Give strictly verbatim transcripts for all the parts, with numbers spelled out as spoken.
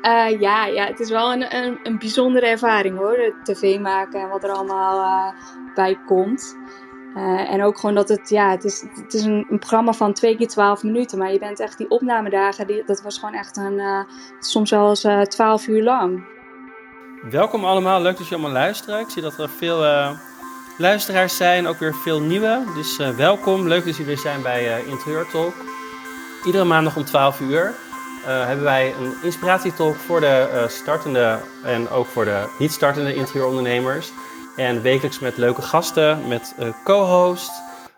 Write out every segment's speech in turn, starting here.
Uh, ja, ja, het is wel een, een, een bijzondere ervaring hoor. Het tv maken en wat er allemaal uh, bij komt. Uh, en ook gewoon dat het, ja, het is, het is een, een programma van twee keer twaalf minuten. Maar je bent echt, die opnamedagen, die, dat was gewoon echt een, uh, soms wel eens uh, twaalf uur lang. Welkom allemaal, leuk dat jullie allemaal luisteren. Ik zie dat er veel uh, luisteraars zijn, ook weer veel nieuwe. Dus uh, welkom, leuk dat jullie weer zijn bij uh, Interieur Talk. Iedere maandag om twaalf uur uh, hebben wij een inspiratietalk voor de uh, startende en ook voor de niet startende interieurondernemers. En wekelijks met leuke gasten, met uh, co-host,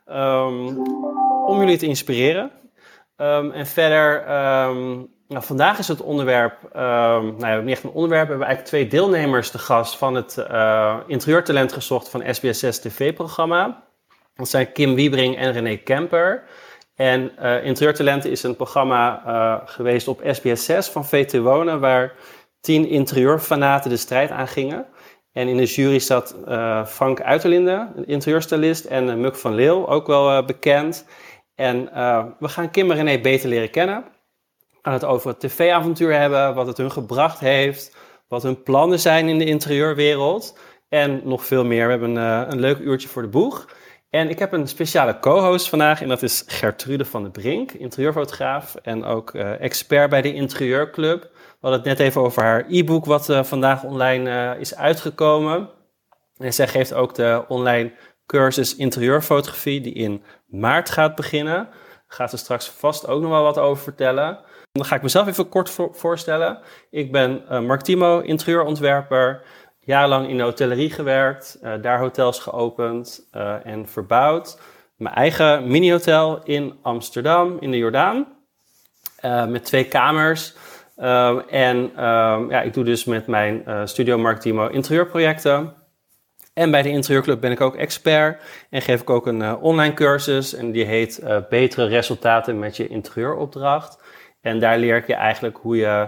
um, om jullie te inspireren. Um, en verder, um, nou, vandaag is het onderwerp, um, nou ja, niet echt een onderwerp, we hebben eigenlijk twee deelnemers te gast van het uh, Interieurtalent gezocht van S B S zes tv-programma. Dat zijn Kim Wiebering en René Kemper. En uh, Interieurtalent is een programma uh, geweest op S B S zes van V T Wonen, waar tien interieurfanaten de strijd aangingen. En in de jury zat uh, Frank Uiterlinde, een interieurstylist, en uh, Muk van Leeuw, ook wel uh, bekend. En uh, we gaan Kim en René beter leren kennen. We gaan het over het tv-avontuur hebben, wat het hun gebracht heeft, wat hun plannen zijn in de interieurwereld en nog veel meer. We hebben uh, een leuk uurtje voor de boeg. En ik heb een speciale co-host vandaag en dat is Gertrude van der Brink, interieurfotograaf en ook uh, expert bij de Interieurclub. We hadden het net even over haar e-book wat uh, vandaag online uh, is uitgekomen. En zij geeft ook de online cursus interieurfotografie die in maart gaat beginnen. Daar gaat ze straks vast ook nog wel wat over vertellen. Dan ga ik mezelf even kort voor- voorstellen. Ik ben uh, Mark Timo, interieurontwerper. Jarenlang in de hotellerie gewerkt, uh, daar hotels geopend uh, en verbouwd. Mijn eigen mini-hotel in Amsterdam, in de Jordaan, uh, met twee kamers. Uh, en uh, ja, ik doe dus met mijn uh, studio Mark Timo interieurprojecten. En bij de Interieurclub ben ik ook expert en geef ik ook een uh, online cursus. En die heet uh, Betere resultaten met je interieuropdracht. En daar leer ik je eigenlijk hoe je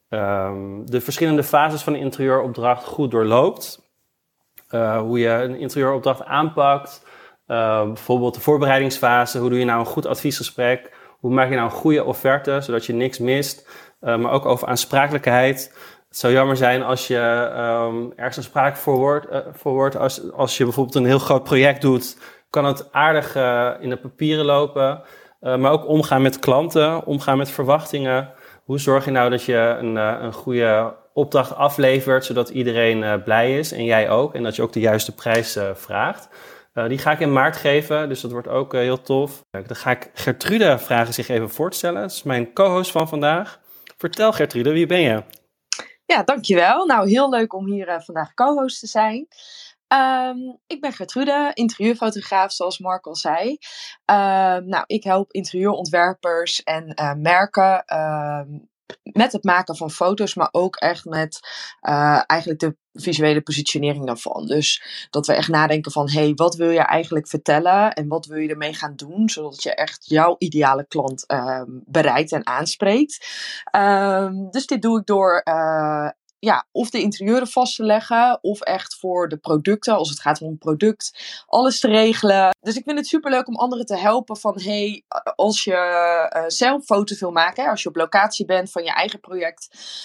um, de verschillende fases van een interieuropdracht goed doorloopt. Uh, hoe je een interieuropdracht aanpakt. Uh, bijvoorbeeld de voorbereidingsfase. Hoe doe je nou een goed adviesgesprek? Hoe maak je nou een goede offerte, zodat je niks mist? Uh, maar ook over aansprakelijkheid. Het zou jammer zijn als je um, ergens aansprakelijk voor wordt. Uh, voor wordt. Als, als je bijvoorbeeld een heel groot project doet, kan het aardig uh, in de papieren lopen. Uh, maar ook omgaan met klanten, omgaan met verwachtingen. Hoe zorg je nou dat je een, uh, een goede opdracht aflevert, zodat iedereen uh, blij is en jij ook. En dat je ook de juiste prijs uh, vraagt. Uh, die ga ik in maart geven, dus dat wordt ook uh, heel tof. Uh, dan ga ik Gertrude vragen zich even voor te stellen. Dat is mijn co-host van vandaag. Vertel Gertrude, wie ben je? Ja, dankjewel. Nou, heel leuk om hier uh, vandaag co-host te zijn. Um, ik ben Gertrude, interieurfotograaf, zoals Mark al zei. Um, nou, ik help interieurontwerpers en uh, merken um, met het maken van foto's, maar ook echt met uh, eigenlijk de visuele positionering daarvan. Dus dat we echt nadenken van, hey, wat wil je eigenlijk vertellen en wat wil je ermee gaan doen, zodat je echt jouw ideale klant um, bereikt en aanspreekt. Um, dus dit doe ik door uh, ja, of de interieuren vast te leggen, of echt voor de producten, als het gaat om een product, alles te regelen. Dus ik vind het superleuk om anderen te helpen van, hey, als je uh, zelf foto's wil maken, hè, als je op locatie bent van je eigen project,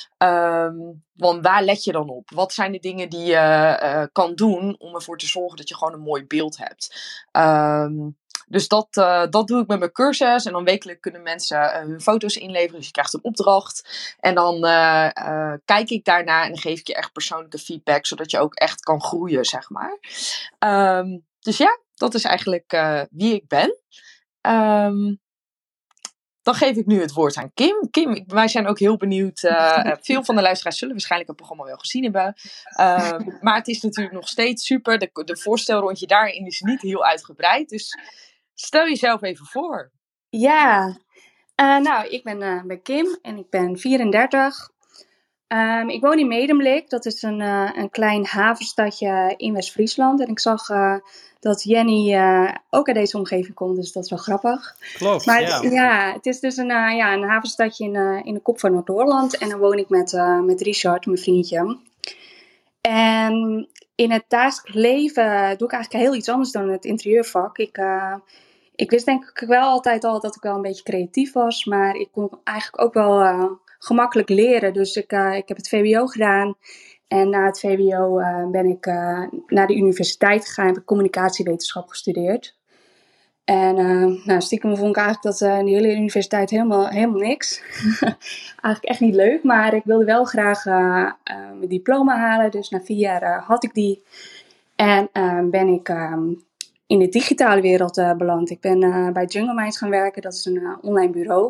um, want waar let je dan op? Wat zijn de dingen die je uh, kan doen om ervoor te zorgen dat je gewoon een mooi beeld hebt? Um, Dus dat, uh, dat doe ik met mijn cursus. En dan wekelijk kunnen mensen uh, hun foto's inleveren. Dus je krijgt een opdracht. En dan uh, uh, kijk ik daarna en dan geef ik je echt persoonlijke feedback. Zodat je ook echt kan groeien, zeg maar. Um, dus ja, dat is eigenlijk uh, wie ik ben. Um, dan geef ik nu het woord aan Kim. Kim, wij zijn ook heel benieuwd. Uh, veel van de luisteraars zullen waarschijnlijk het programma wel gezien hebben. Uh, maar het is natuurlijk nog steeds super. De, de voorstelrondje daarin is niet heel uitgebreid. Dus stel jezelf even voor. Ja, uh, nou, ik ben, uh, ben Kim en ik ben vierendertig. Um, ik woon in Medemblik, dat is een, uh, een klein havenstadje in West-Friesland. En ik zag uh, dat Jenny uh, ook uit deze omgeving komt, dus dat is wel grappig. Klopt, maar ja. Het, ja, het is dus een, uh, ja, een havenstadje in, uh, in de kop van Noord-Holland. En dan woon ik met, uh, met Richard, mijn vriendje. En in het dagelijks leven doe ik eigenlijk heel iets anders dan het interieurvak. Ik... Uh, Ik wist denk ik wel altijd al dat ik wel een beetje creatief was. Maar ik kon eigenlijk ook wel uh, gemakkelijk leren. Dus ik, uh, ik heb het V W O gedaan. En na het V W O uh, ben ik uh, naar de universiteit gegaan. Heb ik communicatiewetenschap gestudeerd. En uh, nou, stiekem vond ik eigenlijk dat uh, die hele universiteit helemaal, helemaal niks. Eigenlijk echt niet leuk. Maar ik wilde wel graag uh, uh, mijn diploma halen. Dus na vier jaar uh, had ik die. En uh, ben ik uh, in de digitale wereld uh, beland. Ik ben uh, bij Jungle Minds gaan werken. Dat is een uh, online bureau.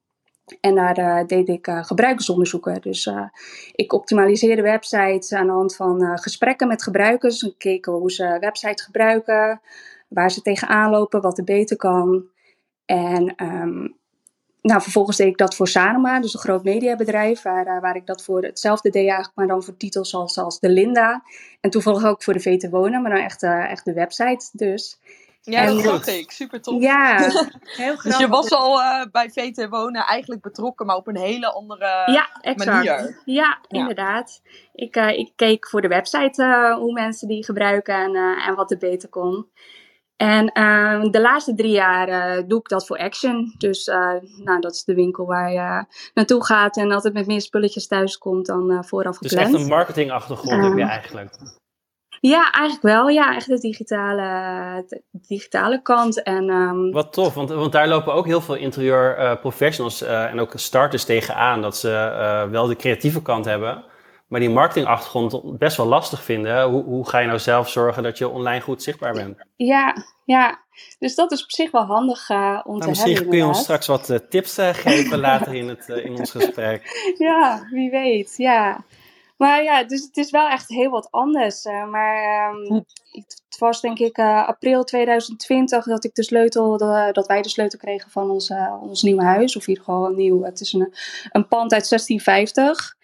En daar uh, deed ik uh, gebruikersonderzoeken. Dus uh, ik optimaliseerde websites aan de hand van uh, gesprekken met gebruikers. We keken hoe ze websites gebruiken, waar ze tegenaan lopen, wat er beter kan. En um, nou, vervolgens deed ik dat voor Sanoma, dus een groot mediabedrijf, waar, uh, waar ik dat voor hetzelfde deed eigenlijk, maar dan voor titels als, als de Linda. En toevallig ook voor de V T Wonen, maar dan echt, uh, echt de website dus. Ja, en, dat zag ik. Super tof. Ja, heel grappig. Dus je was al uh, bij V T Wonen eigenlijk betrokken, maar op een hele andere ja, exact. manier. Ja, ja, inderdaad. Ik, uh, ik keek voor de website uh, hoe mensen die gebruiken en, uh, en wat er beter kon. En uh, de laatste drie jaar uh, doe ik dat voor Action. Dus uh, nou, dat is de winkel waar je naartoe gaat en altijd met meer spulletjes thuis komt dan uh, vooraf gepland. Dus echt een marketingachtergrond uh, heb je eigenlijk. Ja, eigenlijk wel. Ja, echt de digitale, de digitale kant. En, um... Wat tof, want, want daar lopen ook heel veel interieur uh, professionals uh, en ook starters tegenaan. Dat ze uh, wel de creatieve kant hebben, maar die marketingachtergrond best wel lastig vinden. Hoe, hoe ga je nou zelf zorgen dat je online goed zichtbaar bent? Ja, ja. Dus dat is op zich wel handig uh, om nou, te misschien hebben. Misschien kun je ons straks wat uh, tips uh, geven later in, het, uh, in ons gesprek. Ja, wie weet, ja. Maar ja, dus het is wel echt heel wat anders. Uh, maar um, het was denk ik uh, april tweeduizend twintig dat ik de sleutel, de, dat wij de sleutel kregen van ons, uh, ons nieuwe huis. Of in ieder geval een nieuw, het is een, een pand uit zestien vijftig.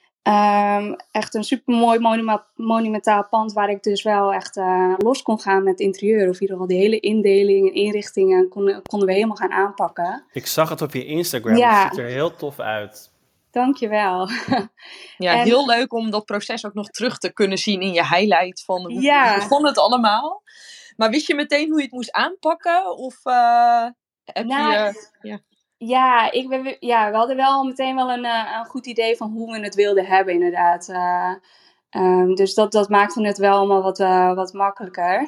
Um, echt een supermooi monuma- monumentaal pand waar ik dus wel echt uh, los kon gaan met het interieur. Of in ieder geval de hele indeling en inrichtingen konden, konden we helemaal gaan aanpakken. Ik zag het op je Instagram, ja. Het ziet er heel tof uit. Dankjewel. Ja, en, heel leuk om dat proces ook nog terug te kunnen zien in je highlight van hoe ja. begon het allemaal. Maar wist je meteen hoe je het moest aanpakken? Of uh, heb nou, je... Ja. Ja, ik, ja, we hadden wel meteen wel een, een goed idee van hoe we het wilden hebben inderdaad. Uh, um, dus dat, dat maakte het wel allemaal wat, uh, wat makkelijker.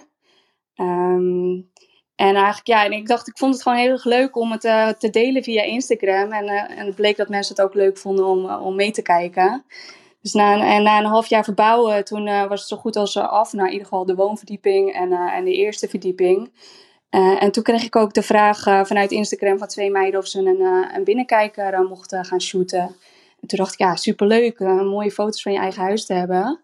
Um, en eigenlijk, ja, en ik dacht, ik vond het gewoon heel erg leuk om het uh, te delen via Instagram. En, uh, en het bleek dat mensen het ook leuk vonden om, uh, om mee te kijken. Dus na een, en na een half jaar verbouwen, toen uh, was het zo goed als uh, af. Nou, in ieder geval de woonverdieping en, uh, en de eerste verdieping. Uh, en toen kreeg ik ook de vraag uh, vanuit Instagram van twee meiden of ze een, uh, een binnenkijker uh, mochten gaan shooten. En toen dacht ik, ja, superleuk, uh, mooie foto's van je eigen huis te hebben.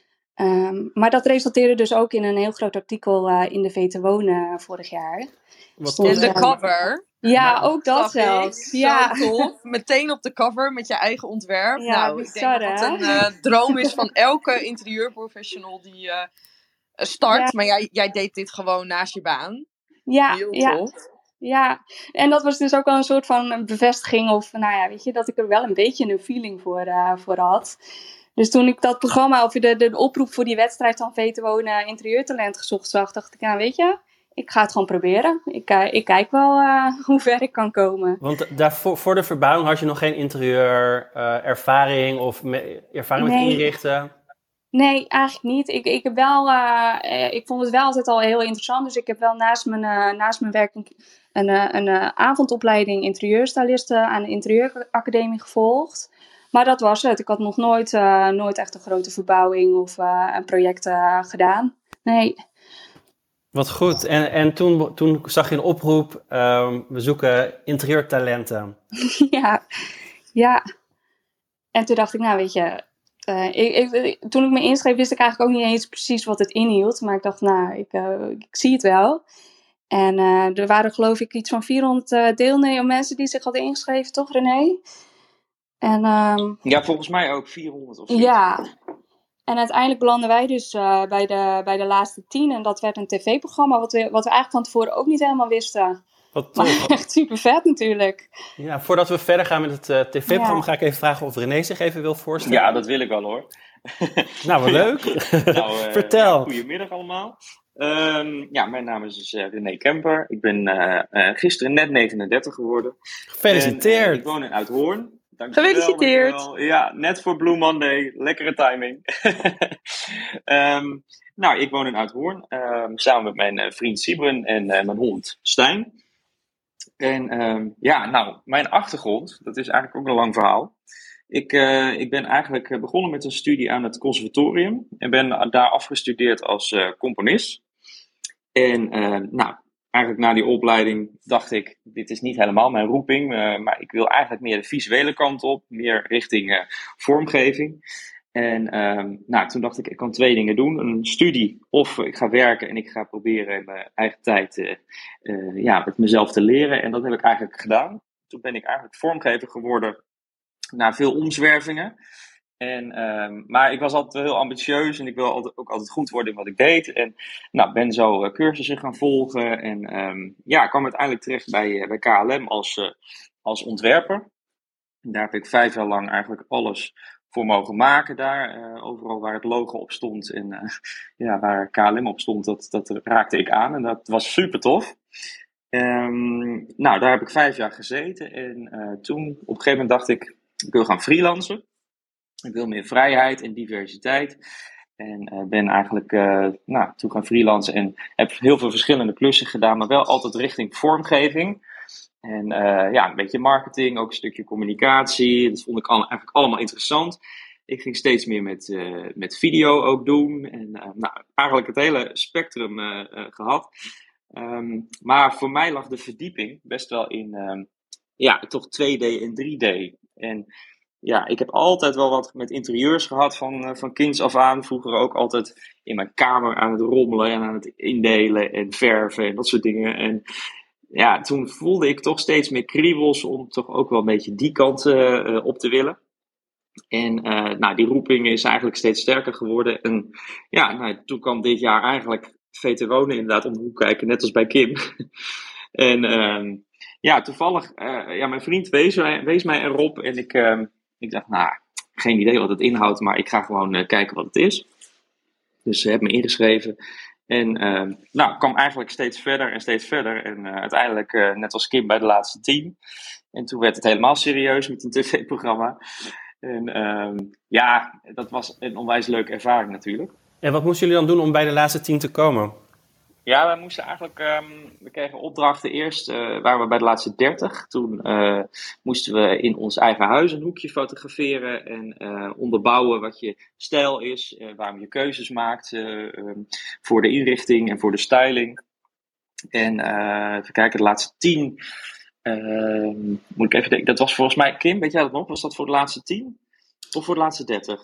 Um, maar dat resulteerde dus ook in een heel groot artikel uh, in de V T Wonen vorig jaar. Wat in de cover? Ja, nou, ook dat zelfs. Zo ja. tof. Meteen op de cover met je eigen ontwerp. Ja, nou, bizar, ik denk dat het een uh, droom is van elke interieurprofessional die uh, start. Ja. Maar jij, jij deed dit gewoon naast je baan. Ja, heel ja. tof. Ja, en dat was dus ook wel een soort van bevestiging of, nou ja, weet je, dat ik er wel een beetje een feeling voor, uh, voor had. Dus toen ik dat programma, of de, de oproep voor die wedstrijd van V T Wonen interieurtalent gezocht zag, dacht ik, nou weet je, ik ga het gewoon proberen. Ik, uh, ik kijk wel uh, hoe ver ik kan komen. Want daarvoor, voor de verbouwing had je nog geen interieur uh, ervaring of me, ervaring nee. met inrichten? Nee, eigenlijk niet. Ik, ik, heb wel, uh, ik vond het wel altijd al heel interessant. Dus ik heb wel naast mijn, uh, naast mijn werk een, een, een, een avondopleiding interieurstylisten aan de interieuracademie gevolgd. Maar dat was het. Ik had nog nooit, uh, nooit echt een grote verbouwing of uh, een project uh, gedaan. Nee. Wat goed. En, en toen, toen zag je een oproep. Um, we zoeken interieurtalenten. ja, ja. En toen dacht ik, nou weet je... Uh, ik, ik, toen ik me inschreef wist ik eigenlijk ook niet eens precies wat het inhield. Maar ik dacht, nou, ik, uh, ik zie het wel. En uh, er waren geloof ik iets van vierhonderd uh, deelnemers, mensen die zich hadden ingeschreven, toch René? En, um, ja, volgens mij ook vierhonderd of zo. Ja. En uiteindelijk belanden wij dus uh, bij, de, bij de laatste tien. En dat werd een tv-programma wat we, wat we eigenlijk van tevoren ook niet helemaal wisten. Wat tof. Maar echt super vet natuurlijk. Ja, voordat we verder gaan met het uh, tv-programma, ja. ga ik even vragen of René zich even wil voorstellen. Ja, dat wil ik wel hoor. Nou, wat leuk. nou, uh, Vertel. Ja, goedemiddag allemaal. Um, ja, mijn naam is dus, uh, René Kemper. Ik ben uh, uh, gisteren net negenendertig geworden. Gefeliciteerd. En, uh, ik woon in Uithoorn. Dankjewel, Gefeliciteerd. dankjewel. Ja, net voor Blue Monday. Lekkere timing. um, nou, ik woon in Uithoorn. Um, samen met mijn uh, vriend Sieben en uh, mijn hond Stijn. En um, ja, nou, mijn achtergrond, dat is eigenlijk ook een lang verhaal. Ik, uh, ik ben eigenlijk begonnen met een studie aan het conservatorium. En ben daar afgestudeerd als uh, componist. En uh, nou, eigenlijk na die opleiding dacht ik, dit is niet helemaal mijn roeping. Uh, maar ik wil eigenlijk meer de visuele kant op. Meer richting uh, vormgeving. En um, nou, toen dacht ik, ik kan twee dingen doen. Een studie of ik ga werken en ik ga proberen in mijn eigen tijd uh, uh, ja, met mezelf te leren. En dat heb ik eigenlijk gedaan. Toen ben ik eigenlijk vormgever geworden na veel omzwervingen. En, um, maar ik was altijd heel ambitieus en ik wil altijd, ook altijd goed worden in wat ik deed. En nou, ben zo uh, cursussen gaan volgen. En um, ja, kwam uiteindelijk terecht bij, uh, bij K L M als, uh, als ontwerper. En daar heb ik vijf jaar lang eigenlijk alles voor mogen maken daar. Uh, overal waar het logo op stond en uh, ja, waar K L M op stond, dat, dat raakte ik aan. En dat was super tof. Um, nou, daar heb ik vijf jaar gezeten. En uh, toen, op een gegeven moment dacht ik, ik wil gaan freelancen. Ik wil meer vrijheid en diversiteit. En uh, ben eigenlijk uh, nou, toen gaan freelancen en heb heel veel verschillende klussen gedaan, maar wel altijd richting vormgeving. En uh, ja, een beetje marketing, ook een stukje communicatie. Dat vond ik al, eigenlijk allemaal interessant. Ik ging steeds meer met, uh, met video ook doen. En uh, nou, eigenlijk het hele spectrum uh, uh, gehad. Um, maar voor mij lag de verdieping best wel in um, ja, toch twee D en drie D. En ja, ik heb altijd wel wat met interieurs gehad van, uh, van kinds af aan. Vroeger ook altijd in mijn kamer aan het rommelen en aan het indelen en verven en dat soort dingen. En ja, toen voelde ik toch steeds meer kriebels om toch ook wel een beetje die kant uh, op te willen. En uh, nou, die roeping is eigenlijk steeds sterker geworden. En ja, nou, toen kwam dit jaar eigenlijk V T Wonen inderdaad om de hoek kijken, net als bij Kim. en uh, ja, toevallig, uh, ja, mijn vriend wees, wees mij erop en ik, uh, ik dacht, nou, geen idee wat het inhoudt, maar ik ga gewoon uh, kijken wat het is. Dus ik uh, heb me ingeschreven. En uh, nou, kwam eigenlijk steeds verder en steeds verder. En uh, uiteindelijk, uh, net als Kim, bij de laatste tien. En toen werd het helemaal serieus met een tv-programma. En uh, ja, dat was een onwijs leuke ervaring natuurlijk. En wat moesten jullie dan doen om bij de laatste tien te komen? Ja, we moesten eigenlijk, um, we kregen opdrachten eerst, uh, waren we bij de laatste dertig. Toen uh, moesten we in ons eigen huis een hoekje fotograferen en uh, onderbouwen wat je stijl is, uh, waarom je keuzes maakt uh, um, voor de inrichting en voor de styling. En uh, even kijken, de laatste tien, uh, moet ik even denken, dat was volgens mij, Kim, weet jij dat nog? Was dat voor de laatste tien of voor de laatste dertig?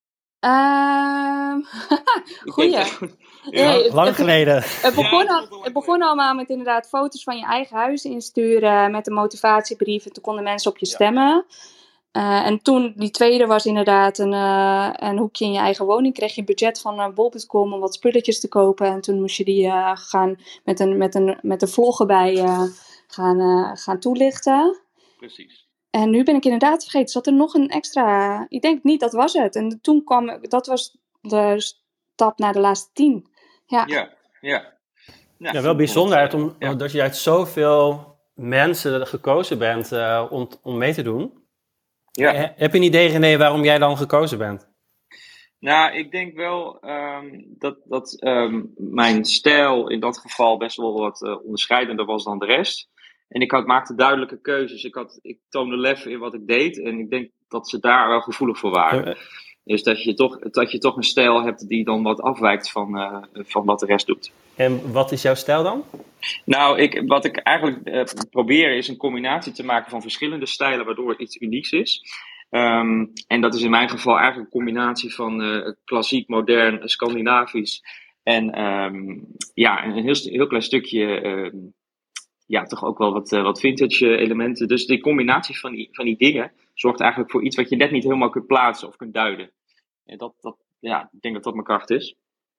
Uh, goeie. Ja, Nee, het, lang het, geleden. Het begon, Ja, al, het begon allemaal met inderdaad foto's van je eigen huis insturen met een motivatiebrief. En toen konden mensen op je stemmen. Uh, en toen, die tweede was inderdaad een, uh, een hoekje in je eigen woning. Kreeg je een budget van uh, bol punt com om wat spulletjes te kopen. En toen moest je die uh, gaan met een, met een, met een vlog erbij uh, gaan, uh, gaan toelichten. Precies. En nu ben ik inderdaad vergeten, zat er nog een extra... Ik denk niet, dat was het. En toen kwam, dat was de stap naar de laatste tien. Ja, Ja, ja. Ja, Ja, wel bijzonder uit om, ja. dat je uit zoveel mensen gekozen bent uh, om, om mee te doen. Ja. He, heb je een idee, René, waarom jij dan gekozen bent? Nou, ik denk wel um, dat, dat um, mijn stijl in dat geval best wel wat uh, onderscheidender was dan de rest. En ik had, maakte duidelijke keuzes. Ik, had, ik toonde lef in wat ik deed. En ik denk dat ze daar wel gevoelig voor waren. Uh, Dus dat je, toch, dat je toch een stijl hebt die dan wat afwijkt van, uh, van wat de rest doet. En wat is jouw stijl dan? Nou, ik, wat ik eigenlijk uh, probeer is een combinatie te maken van verschillende stijlen, waardoor het iets unieks is. Um, en dat is in mijn geval eigenlijk een combinatie van uh, klassiek, modern, Scandinavisch. En um, ja, een heel, heel klein stukje, uh, ja, toch ook wel wat, uh, wat vintage elementen. Dus die combinatie van die, van die dingen zorgt eigenlijk voor iets wat je net niet helemaal kunt plaatsen of kunt duiden. En dat, dat, ja, ik denk dat dat mijn kracht is.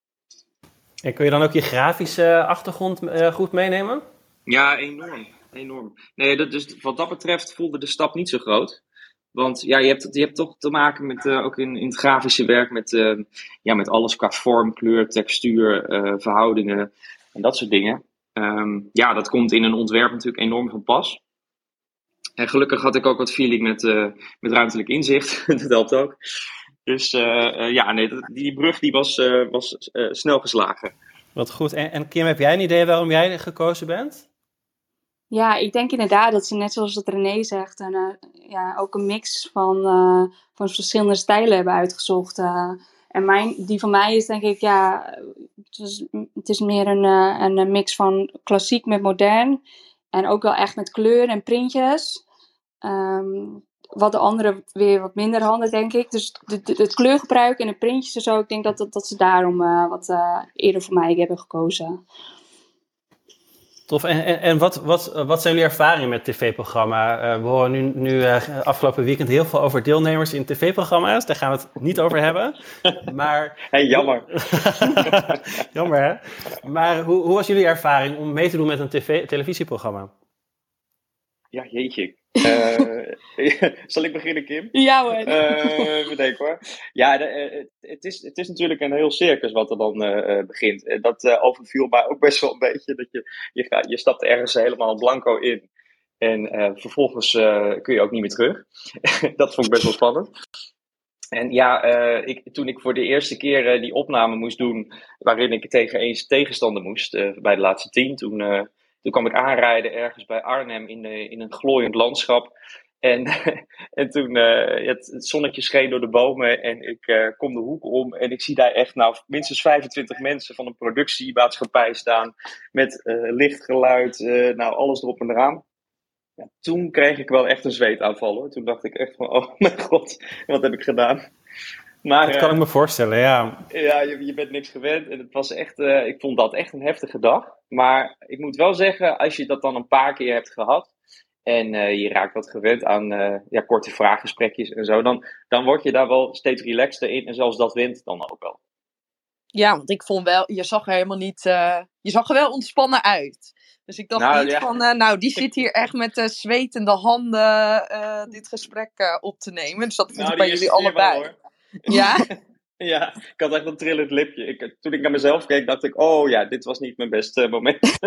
En kun je dan ook je grafische achtergrond uh, goed meenemen? Ja, enorm. enorm. Nee, dat, dus wat dat betreft voelde de stap niet zo groot. Want ja, je hebt, je hebt toch te maken met, uh, ook in, in het grafische werk, met, uh, ja, met alles qua vorm, kleur, textuur, uh, verhoudingen en dat soort dingen. Um, ja, dat komt in een ontwerp natuurlijk enorm van pas. En gelukkig had ik ook wat feeling met, uh, met ruimtelijk inzicht. Dat helpt ook. Dus uh, uh, ja, nee, dat, die brug die was, uh, was uh, snel geslagen. Wat goed. En, en Kim, heb jij een idee waarom jij gekozen bent? Ja, ik denk inderdaad dat ze net zoals dat René zegt, een, uh, ja, ook een mix van, uh, van verschillende stijlen hebben uitgezocht. Uh, en mijn, die van mij is denk ik, ja, het is, het is meer een, uh, een mix van klassiek met modern. En ook wel echt met kleur en printjes. Um, wat de andere weer wat minder handen, denk ik. Dus de, de, het kleurgebruik en de printjes en zo, ik denk dat, dat, dat ze daarom uh, wat uh, eerder voor mij hebben gekozen. Tof. En, en, en wat, wat, wat zijn jullie ervaringen met het tv-programma? Uh, we horen nu, nu uh, afgelopen weekend heel veel over deelnemers in tv-programma's. Daar gaan we het niet over hebben. Maar... Hey, jammer. Jammer, hè? Maar hoe, hoe was jullie ervaring om mee te doen met een tv- televisieprogramma? Ja, jeetje. Uh, zal ik beginnen, Kim? Ja hoor. Uh, even denken hoor. Ja, de, uh, het, is, het is natuurlijk een heel circus wat er dan uh, begint. En dat uh, overviel mij ook best wel een beetje. Dat je, je, gaat, je stapt ergens helemaal blanco in. En uh, vervolgens uh, kun je ook niet meer terug. Dat vond ik best wel spannend. En ja, uh, ik, toen ik voor de eerste keer uh, die opname moest doen, waarin ik tegen een tegenstander moest, uh, bij de laatste tien, toen... Uh, Toen kwam ik aanrijden ergens bij Arnhem in, de, in een glooiend landschap. En, en toen uh, het, het zonnetje scheen door de bomen en ik uh, kom de hoek om. En ik zie daar echt nou, minstens vijfentwintig mensen van een productiemaatschappij staan. Met uh, lichtgeluid, uh, nou alles erop en eraan. Ja, toen kreeg ik wel echt een zweetaanval hoor. Toen dacht ik echt van, oh mijn god, wat heb ik gedaan? Maar, dat kan uh, ik me voorstellen, ja. Ja, je, je bent niks gewend. En het was echt, uh, ik vond dat echt een heftige dag. Maar ik moet wel zeggen, als je dat dan een paar keer hebt gehad. En uh, je raakt wat gewend aan uh, ja, korte vraaggesprekjes en zo. Dan, dan word je daar wel steeds relaxter in. En zelfs dat wint dan ook wel. Ja, want ik vond wel, je zag er helemaal niet, uh, je zag er wel ontspannen uit. Dus ik dacht nou, niet ja. van, uh, nou die zit hier echt met uh, zwetende handen uh, dit gesprek uh, op te nemen. Dus dat vond nou, ik bij jullie allebei. Wel, ja? Ja, ik had echt een trillend lipje. Ik, toen ik naar mezelf keek, dacht ik, oh ja, dit was niet mijn beste moment.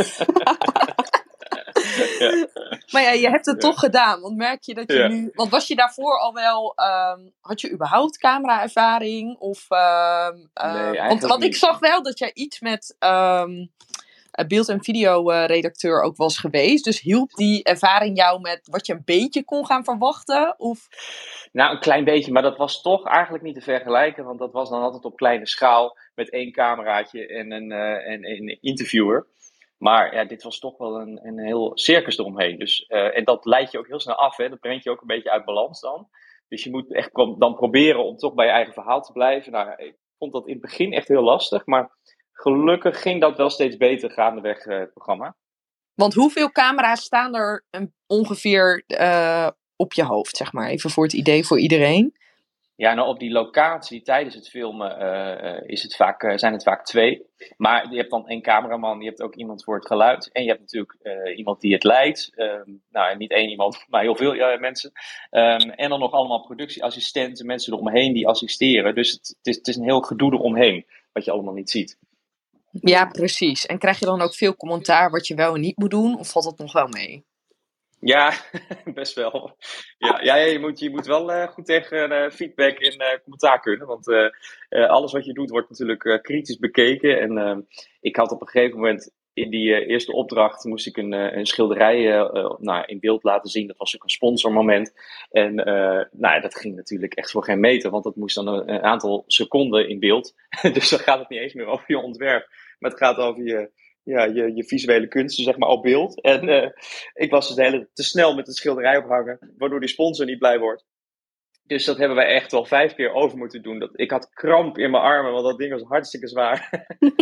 Ja. Maar ja, je hebt het ja. toch gedaan. Want merk je dat je ja. nu... Want was je daarvoor al wel... Um, had je überhaupt camera-ervaring? Of... Um, um, nee, want, want ik zag wel dat jij iets met... Um, beeld- en videoredacteur ook was geweest. Dus hielp die ervaring jou met wat je een beetje kon gaan verwachten? Of... Nou, een klein beetje. Maar dat was toch eigenlijk niet te vergelijken. Want dat was dan altijd op kleine schaal. Met één cameraatje en een, uh, en een interviewer. Maar ja, dit was toch wel een, een heel circus eromheen. Dus, uh, en dat leidt je ook heel snel af. Hè? Dat brengt je ook een beetje uit balans dan. Dus je moet echt dan proberen om toch bij je eigen verhaal te blijven. Nou, ik vond dat in het begin echt heel lastig. Maar gelukkig ging dat wel steeds beter gaandeweg uh, het programma. Want hoeveel camera's staan er um, ongeveer uh, op je hoofd, zeg maar? Even voor het idee voor iedereen. Ja, nou op die locatie tijdens het filmen uh, is het vaak, uh, zijn het vaak twee. Maar je hebt dan één cameraman, je hebt ook iemand voor het geluid. En je hebt natuurlijk uh, iemand die het leidt. Um, nou, niet één iemand, maar heel veel uh, mensen. Um, en dan nog allemaal productieassistenten, mensen eromheen die assisteren. Dus het, het, is, het is een heel gedoe eromheen, wat je allemaal niet ziet. Ja, precies. En krijg je dan ook veel commentaar wat je wel en niet moet doen? Of valt dat nog wel mee? Ja, best wel. Ja, ja, je, moet, je moet wel uh, goed tegen uh, feedback en uh, commentaar kunnen. Want uh, uh, alles wat je doet wordt natuurlijk uh, kritisch bekeken. En uh, ik had op een gegeven moment in die uh, eerste opdracht moest ik een, uh, een schilderij uh, uh, nou, in beeld laten zien. Dat was ook een sponsormoment. En uh, nou, dat ging natuurlijk echt voor geen meter. Want dat moest dan een, een aantal seconden in beeld. Dus dan gaat het niet eens meer over je ontwerp. Maar het gaat over je... Ja, je, je visuele kunsten, zeg maar, op beeld. En uh, ik was dus de hele te snel met het schilderij ophangen, waardoor die sponsor niet blij wordt. Dus dat hebben wij echt wel vijf keer over moeten doen. Dat, ik had kramp in mijn armen, want dat ding was hartstikke zwaar.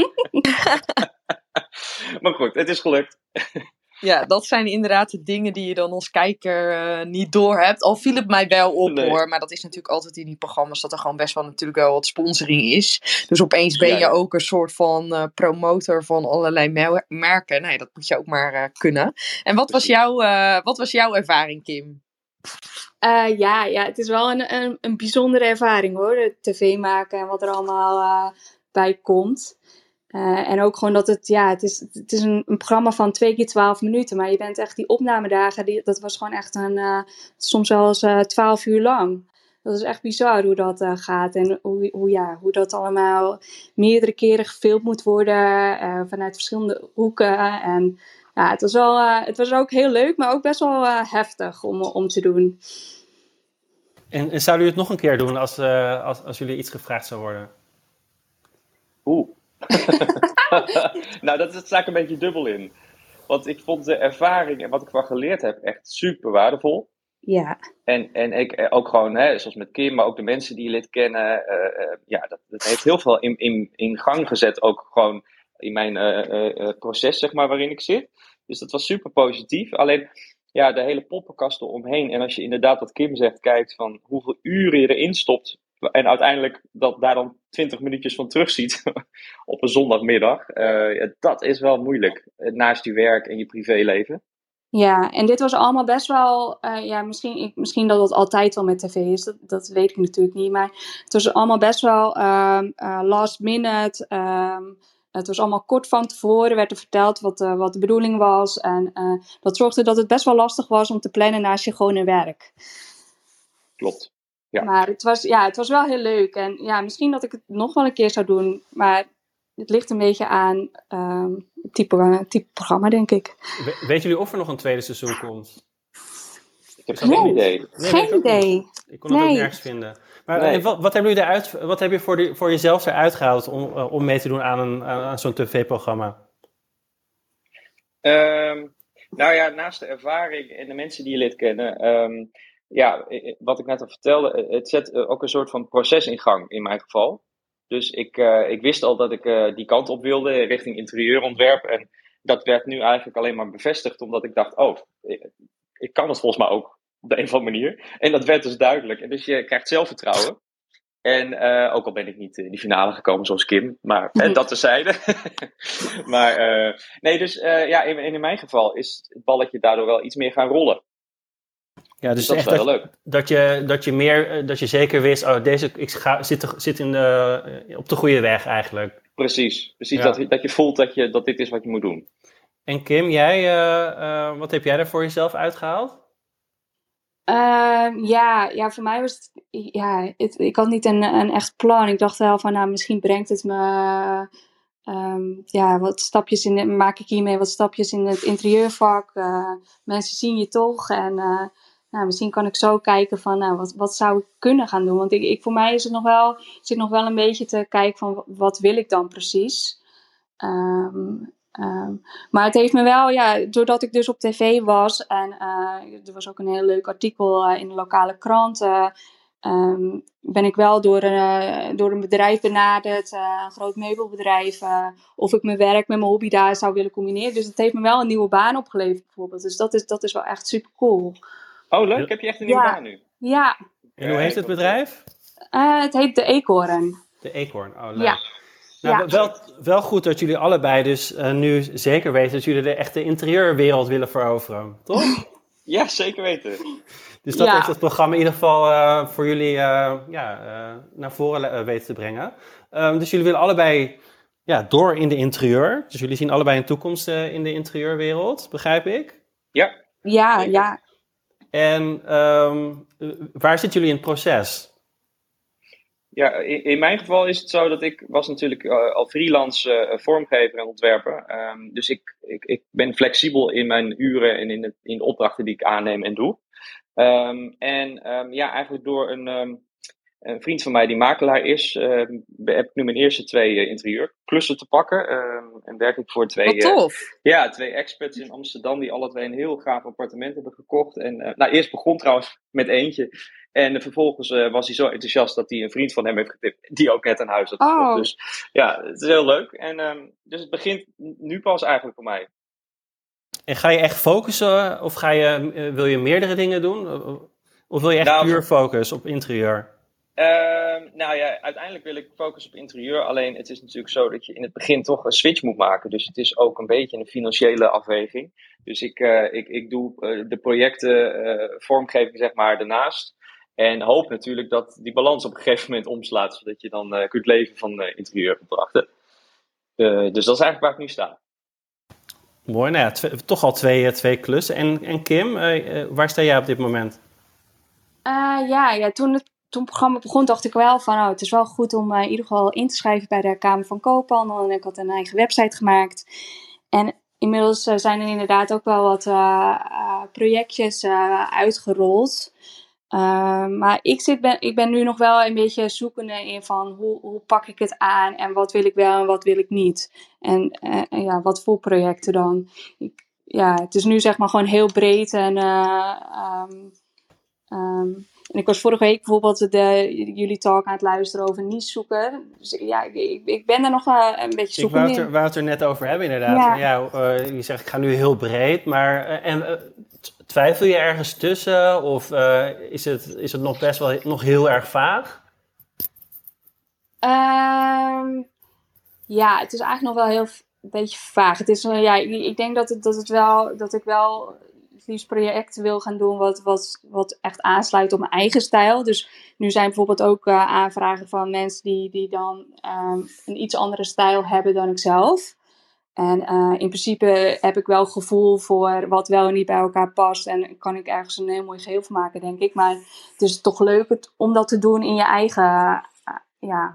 Maar goed, het is gelukt. Ja, dat zijn inderdaad de dingen die je dan als kijker uh, niet door hebt. Al viel het mij wel op nee. hoor. Maar dat is natuurlijk altijd in die programma's dat er gewoon best wel natuurlijk wel wat sponsoring is. Dus opeens ben ja, je ja. ook een soort van uh, promotor van allerlei mer- merken. Nee, dat moet je ook maar uh, kunnen. En wat was, jouw, uh, wat was jouw ervaring, Kim? Uh, ja, ja, het is wel een, een, een bijzondere ervaring hoor. Het tv maken en wat er allemaal uh, bij komt. Uh, en ook gewoon dat het, ja, het is, het is een, een programma van twee keer twaalf minuten. Maar je bent echt, die opnamedagen, die, dat was gewoon echt een, uh, soms wel eens uh, twaalf uur lang. Dat is echt bizar hoe dat uh, gaat. En hoe, hoe, ja, hoe dat allemaal meerdere keren gefilmd moet worden. Uh, vanuit verschillende hoeken. En ja, het was, wel, uh, het was ook heel leuk, maar ook best wel uh, heftig om, om te doen. En, en zouden jullie het nog een keer doen als, uh, als, als jullie iets gevraagd zou worden? Oeh. Nou, dat sta ik een beetje dubbel in. Want ik vond de ervaring en wat ik van geleerd heb echt super waardevol. Ja. En, en ik ook gewoon, hè, zoals met Kim, maar ook de mensen die je lid kennen. Uh, uh, ja, dat, dat heeft heel veel in, in, in gang gezet. Ook gewoon in mijn uh, uh, proces, zeg maar, waarin ik zit. Dus dat was super positief. Alleen, ja, de hele poppenkast eromheen. En als je inderdaad, wat Kim zegt, kijkt van hoeveel uren je erin stopt. En uiteindelijk dat daar dan twintig minuutjes van terugziet op een zondagmiddag. Uh, ja, dat is wel moeilijk. Naast je werk en je privéleven. Ja, en dit was allemaal best wel, uh, ja, misschien, ik, misschien dat het altijd wel met tv is, dat, dat weet ik natuurlijk niet, maar het was allemaal best wel um, uh, last minute. Um, het was allemaal kort van tevoren, werd er verteld wat, uh, wat de bedoeling was. En uh, dat zorgde dat het best wel lastig was om te plannen naast je gewone werk. Klopt. Ja. Maar het was, ja, het was wel heel leuk. En ja, misschien dat ik het nog wel een keer zou doen, maar het ligt een beetje aan um, het type, type programma, denk ik. We, weten jullie of er nog een tweede seizoen komt? Ik heb geen nee, idee. Nee, geen ik idee. Niet. Ik kon het nee. ook nergens vinden. Maar nee. wat, wat hebben jullie eruit, wat heb je voor, die, voor jezelf eruit gehaald om, uh, om mee te doen aan, een, aan, aan zo'n tv-programma? Um, nou ja, naast de ervaring en de mensen die je lid kennen... Um, ja, wat ik net al vertelde, het zet ook een soort van proces in gang in mijn geval. Dus ik, uh, ik wist al dat ik uh, die kant op wilde richting interieurontwerp. En dat werd nu eigenlijk alleen maar bevestigd, omdat ik dacht, oh, ik, ik kan het volgens mij ook op de een of andere manier. En dat werd dus duidelijk. En dus je krijgt zelfvertrouwen. En uh, ook al ben ik niet in die finale gekomen zoals Kim, maar mm-hmm. dat terzijde. maar uh, nee, dus uh, ja, in, in mijn geval is het balletje daardoor wel iets meer gaan rollen. Ja, dus, dus dat echt is wel dat, leuk. Dat je, dat je meer, dat je zeker wist, oh, deze, ik ga, zit, zit in de, op de goede weg eigenlijk. Precies, precies ja. dat, dat je voelt dat, je, dat dit is wat je moet doen. En Kim, jij, uh, uh, wat heb jij er voor jezelf uitgehaald? Uh, ja, ja, voor mij was het, ja, het, ik had niet een, een echt plan. Ik dacht wel van, nou, misschien brengt het me, um, ja, wat stapjes in, de, maak ik hiermee wat stapjes in het interieurvak. Uh, mensen zien je toch en... Uh, Nou, misschien kan ik zo kijken van, nou, wat, wat zou ik kunnen gaan doen? Want ik, ik, voor mij is het nog wel, zit nog wel een beetje te kijken van, wat wil ik dan precies? Um, um, maar het heeft me wel, ja, doordat ik dus op tv was en uh, er was ook een heel leuk artikel uh, in de lokale krant, uh, um, ben ik wel door een, uh, door een bedrijf benaderd, uh, een groot meubelbedrijf, uh, of ik mijn werk met mijn hobby daar zou willen combineren. Dus het heeft me wel een nieuwe baan opgeleverd bijvoorbeeld. Dus dat is, dat is wel echt super cool. Oh, leuk. Heb je echt een nieuwe ja. baan nu? Ja. En hoe heet het bedrijf? Uh, het heet De Eekhoorn. De Eekhoorn, oh leuk. Ja. Nou, ja. wel, wel goed dat jullie allebei dus uh, nu zeker weten dat jullie de echte interieurwereld willen veroveren, toch? Ja, zeker weten. Dus dat ja. heeft het programma in ieder geval uh, voor jullie uh, ja, uh, naar voren uh, weten te brengen. Um, dus jullie willen allebei ja, door in de interieur. Dus jullie zien allebei een toekomst uh, in de interieurwereld, begrijp ik? Ja. Ja, ja. En um, waar zitten jullie in het proces? Ja, in, in mijn geval is het zo dat ik was natuurlijk uh, al freelance uh, vormgever en ontwerper. Um, dus ik, ik, ik ben flexibel in mijn uren en in de, in de opdrachten die ik aanneem en doe. Um, en um, ja, eigenlijk door een, um, een vriend van mij die makelaar is, um, heb ik nu mijn eerste twee uh, interieurklussen te pakken. Um, en werk ik voor twee, Wat tof! Uh, ja, twee experts in Amsterdam die alle twee een heel gaaf appartement hebben gekocht. En uh, nou, eerst begon trouwens met eentje. En uh, vervolgens uh, was hij zo enthousiast dat hij een vriend van hem heeft getipt, die ook net een huis had gekocht. Oh. Dus ja, het is heel leuk. En um, dus het begint nu pas eigenlijk voor mij. En ga je echt focussen of ga je, uh, wil je meerdere dingen doen? Of wil je echt nou, puur focus op interieur? Uh, nou ja, uiteindelijk wil ik focussen op interieur. Alleen het is natuurlijk zo dat je in het begin toch een switch moet maken. Dus het is ook een beetje een financiële afweging. Dus ik, uh, ik, ik doe uh, de projecten uh, vormgeving zeg maar daarnaast. En hoop natuurlijk dat die balans op een gegeven moment omslaat. Zodat je dan uh, kunt leven van uh, interieuropdrachten. Uh, dus dat is eigenlijk waar ik nu sta. Mooi, nou ja, twee, toch al twee, twee klussen. En, en Kim, uh, uh, waar sta jij op dit moment? Uh, ja, ja, toen het, toen het programma begon dacht ik wel van... Oh, het is wel goed om uh, in ieder geval in te schrijven bij de Kamer van Koophandel. En ik had een eigen website gemaakt. En inmiddels uh, zijn er inderdaad ook wel wat uh, uh, projectjes uh, uitgerold... Uh, maar ik, zit ben, ik ben nu nog wel een beetje zoekende in van hoe, hoe pak ik het aan en wat wil ik wel en wat wil ik niet. En, uh, en ja, wat voor projecten dan. Ik, ja, het is nu zeg maar gewoon heel breed. En, uh, um, um, en ik was vorige week bijvoorbeeld de, jullie talk aan het luisteren over niche zoeken. Dus ja, ik, ik ben er nog uh, een beetje zoekende in. Ik wou het, er, wou het er net over hebben inderdaad. Ja. Ja, uh, je zegt ik ga nu heel breed, maar... Uh, en, uh, Twijfel je ergens tussen of uh, is, het, is het nog best wel nog heel erg vaag? Um, ja, het is eigenlijk nog wel heel een beetje vaag. Het is, uh, ja, ik, ik denk dat, het, dat, het wel, dat ik wel liefst projecten wil gaan doen wat, wat, wat echt aansluit op mijn eigen stijl. Dus nu zijn bijvoorbeeld ook uh, aanvragen van mensen die, die dan um, een iets andere stijl hebben dan ik zelf. En uh, in principe heb ik wel gevoel voor wat wel en niet bij elkaar past. En kan ik ergens een heel mooi geheel van maken, denk ik. Maar het is toch leuk het, om dat te doen in je eigen, uh, ja,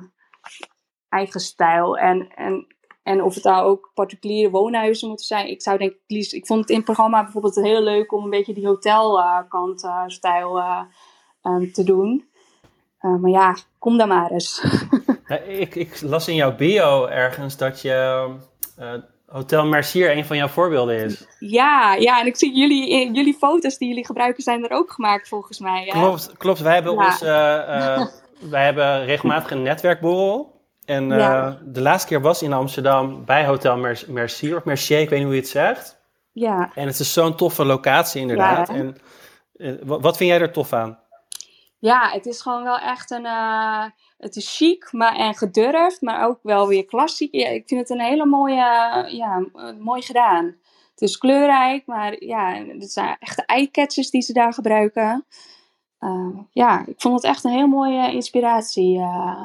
eigen stijl. En, en, en of het daar ook particuliere woonhuizen moeten zijn. Ik zou denk ik liefst... Ik vond het in het programma bijvoorbeeld heel leuk om een beetje die hotelkant uh, stijl uh, um, te doen. Uh, maar ja, kom dan maar eens. Ja, ik, ik las in jouw bio ergens dat je... Uh, Hotel Mercier een van jouw voorbeelden is. Ja, ja, en ik zie jullie, jullie foto's die jullie gebruiken zijn er ook gemaakt volgens mij. Hè? Klopt, klopt. Wij hebben, ja. ons, uh, uh, wij hebben regelmatig een netwerkborrel. En uh, ja. de laatste keer was in Amsterdam bij Hotel Mer- Mercier, of Mercier, ik weet niet hoe je het zegt. Ja. En het is zo'n toffe locatie inderdaad. Ja, en, uh, wat vind jij er tof aan? Ja, het is gewoon wel echt een... Uh, het is chic maar, en gedurfd, maar ook wel weer klassiek. Ja, ik vind het een hele mooie... Uh, ja, mooi gedaan. Het is kleurrijk, maar ja, het zijn echte eyecatchers die ze daar gebruiken. Uh, ja, ik vond het echt een heel mooie inspiratie. Uh,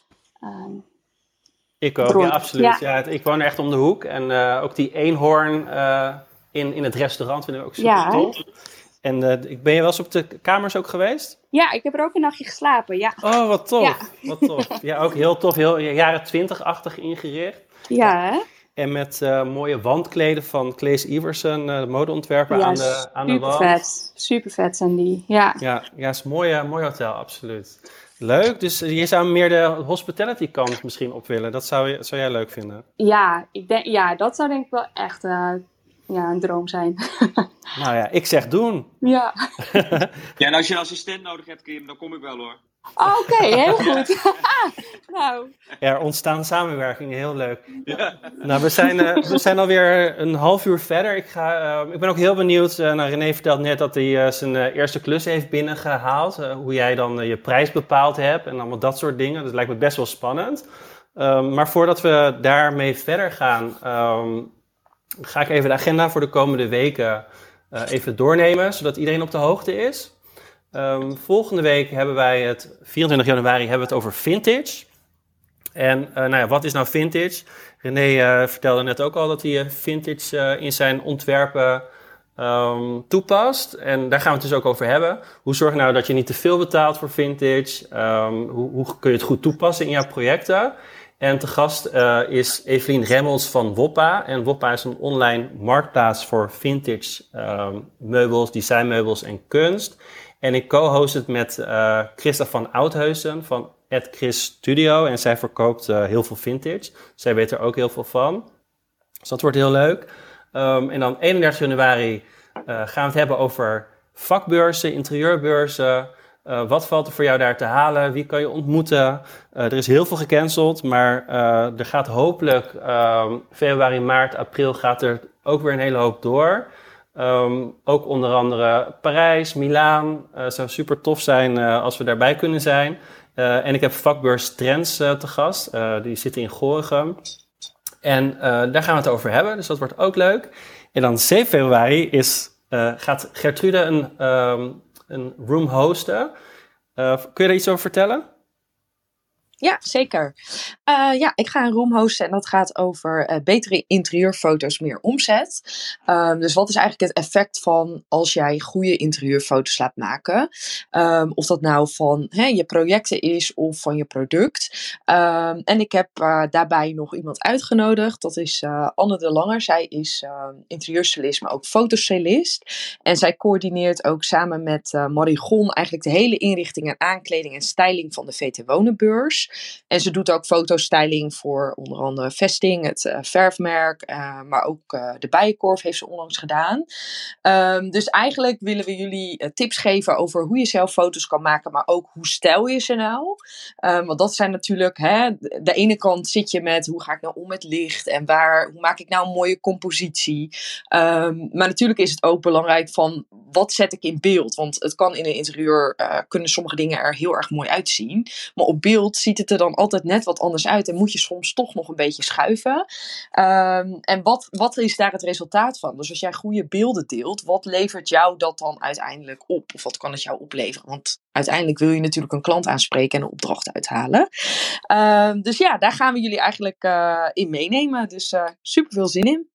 um, ik ook, ja, absoluut. Ja. Ja, het, ik woon er echt om de hoek. En uh, ook die eenhoorn uh, in, in het restaurant vind ik ook super ja, tof. En uh, ben je wel eens op de kamers ook geweest? Ja, ik heb er ook een nachtje geslapen, ja. Oh, wat tof. Ja, wat tof. Ja, ook heel tof. Heel jaren twintig-achtig ingericht. Ja, hè? En met uh, mooie wandkleden van Claes Iversen, uh, de modeontwerper, ja, aan de, aan de wand. Super vet. Super vet zijn die, ja. Ja, ja, het is een mooi, uh, mooi hotel, absoluut. Leuk, dus je zou meer de hospitality kant misschien op willen. Dat zou, je, zou jij leuk vinden? Ja, ik denk, ja, dat zou denk ik wel echt uh, ja, een droom zijn. Nou ja, ik zeg doen. Ja. Ja, en als je een assistent nodig hebt, Kim, dan kom ik wel hoor. Oh, oké, okay, heel goed. Nou. Ja, er ontstaan samenwerkingen, heel leuk. Ja. Nou, we zijn, uh, we zijn alweer een half uur verder. Ik, ga, uh, ik ben ook heel benieuwd. Uh, nou, René vertelt net dat hij uh, zijn uh, eerste klus heeft binnengehaald. Uh, hoe jij dan uh, je prijs bepaald hebt en allemaal dat soort dingen. Dat lijkt me best wel spannend. Um, maar voordat we daarmee verder gaan, um, ga ik even de agenda voor de komende weken uh, even doornemen, zodat iedereen op de hoogte is. Um, volgende week hebben wij het, vierentwintig januari, hebben we het over vintage. En uh, nou ja, wat is nou vintage? René uh, vertelde net ook al dat hij uh, vintage uh, in zijn ontwerpen um, toepast. En daar gaan we het dus ook over hebben. Hoe zorg je nou dat je niet te veel betaalt voor vintage? Um, hoe, hoe kun je het goed toepassen in jouw projecten? En te gast uh, is Evelien Remmels van Woppa. En Woppa is een online marktplaats voor vintage um, meubels, designmeubels en kunst. En ik co-host het met uh, Christa van Oudheusen van at Chris Studio. En zij verkoopt uh, heel veel vintage. Zij weet er ook heel veel van. Dus dat wordt heel leuk. Um, en dan eenendertig januari uh, gaan we het hebben over vakbeurzen, interieurbeurzen. Uh, wat valt er voor jou daar te halen? Wie kan je ontmoeten? Uh, er is heel veel gecanceld, maar uh, er gaat hopelijk uh, februari, maart, april gaat er ook weer een hele hoop door. Um, ook onder andere Parijs, Milaan. Het uh, zou super tof zijn uh, als we daarbij kunnen zijn. Uh, en ik heb vakbeurs Trends uh, te gast. Uh, die zitten in Gorinchem. En uh, daar gaan we het over hebben, dus dat wordt ook leuk. En dan zeven februari is, uh, gaat Gertrude een, um, een room hosten. Uh, kun je daar iets over vertellen? Ja, zeker. Uh, ja, ik ga een room hosten en dat gaat over uh, betere interieurfoto's, meer omzet. Um, dus wat is eigenlijk het effect van als jij goede interieurfoto's laat maken? Um, of dat nou van hè, je projecten is of van je product. Um, en ik heb uh, daarbij nog iemand uitgenodigd. Dat is uh, Anne de Langer. Zij is uh, interieurstylist, maar ook fotostylist. En zij coördineert ook samen met uh, Marigon eigenlijk de hele inrichting en aankleding en styling van de V T Wonenbeurs. En ze doet ook fotostyling voor onder andere Vesting, het uh, verfmerk, uh, maar ook uh, de Bijenkorf heeft ze onlangs gedaan. Um, dus eigenlijk willen we jullie uh, tips geven over hoe je zelf foto's kan maken, maar ook hoe stijl je ze nou. Um, want dat zijn natuurlijk, hè, de ene kant zit je met hoe ga ik nou om met licht en waar, hoe maak ik nou een mooie compositie. Um, maar natuurlijk is het ook belangrijk van wat zet ik in beeld. Want het kan in een interieur, uh, kunnen sommige dingen er heel erg mooi uitzien. Maar op beeld ziet het er dan altijd net wat anders uit en moet je soms toch nog een beetje schuiven. Um, en wat, wat is daar het resultaat van? Dus als jij goede beelden deelt, wat levert jou dat dan uiteindelijk op? Of wat kan het jou opleveren? Want uiteindelijk wil je natuurlijk een klant aanspreken en een opdracht uithalen. Um, dus ja, daar gaan we jullie eigenlijk uh, in meenemen. Dus uh, super veel zin in.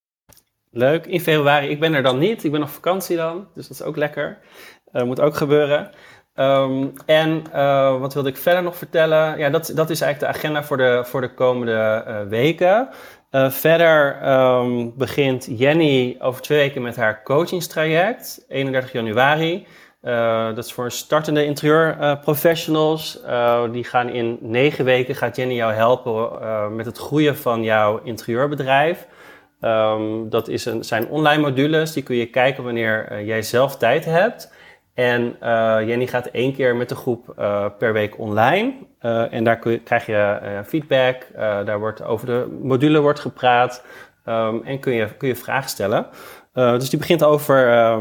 Leuk, in februari. Ik ben er dan niet. Ik ben op vakantie dan, dus dat is ook lekker. Dat uh, moet ook gebeuren. Um, en uh, wat wilde ik verder nog vertellen? Ja, dat, dat is eigenlijk de agenda voor de, voor de komende uh, weken. Uh, verder um, begint Jenny over twee weken met haar coachingstraject, eenendertig januari. Uh, dat is voor startende interieurprofessionals. Uh, uh, die gaan in negen weken, gaat Jenny jou helpen uh, met het groeien van jouw interieurbedrijf. Um, dat is een, zijn online modules, die kun je kijken wanneer uh, jij zelf tijd hebt. En uh, Jenny gaat één keer met de groep uh, per week online. Uh, en daar kun je, krijg je uh, feedback. Uh, daar wordt over de module wordt gepraat. Um, en kun je, kun je vragen stellen. Uh, dus die begint over uh,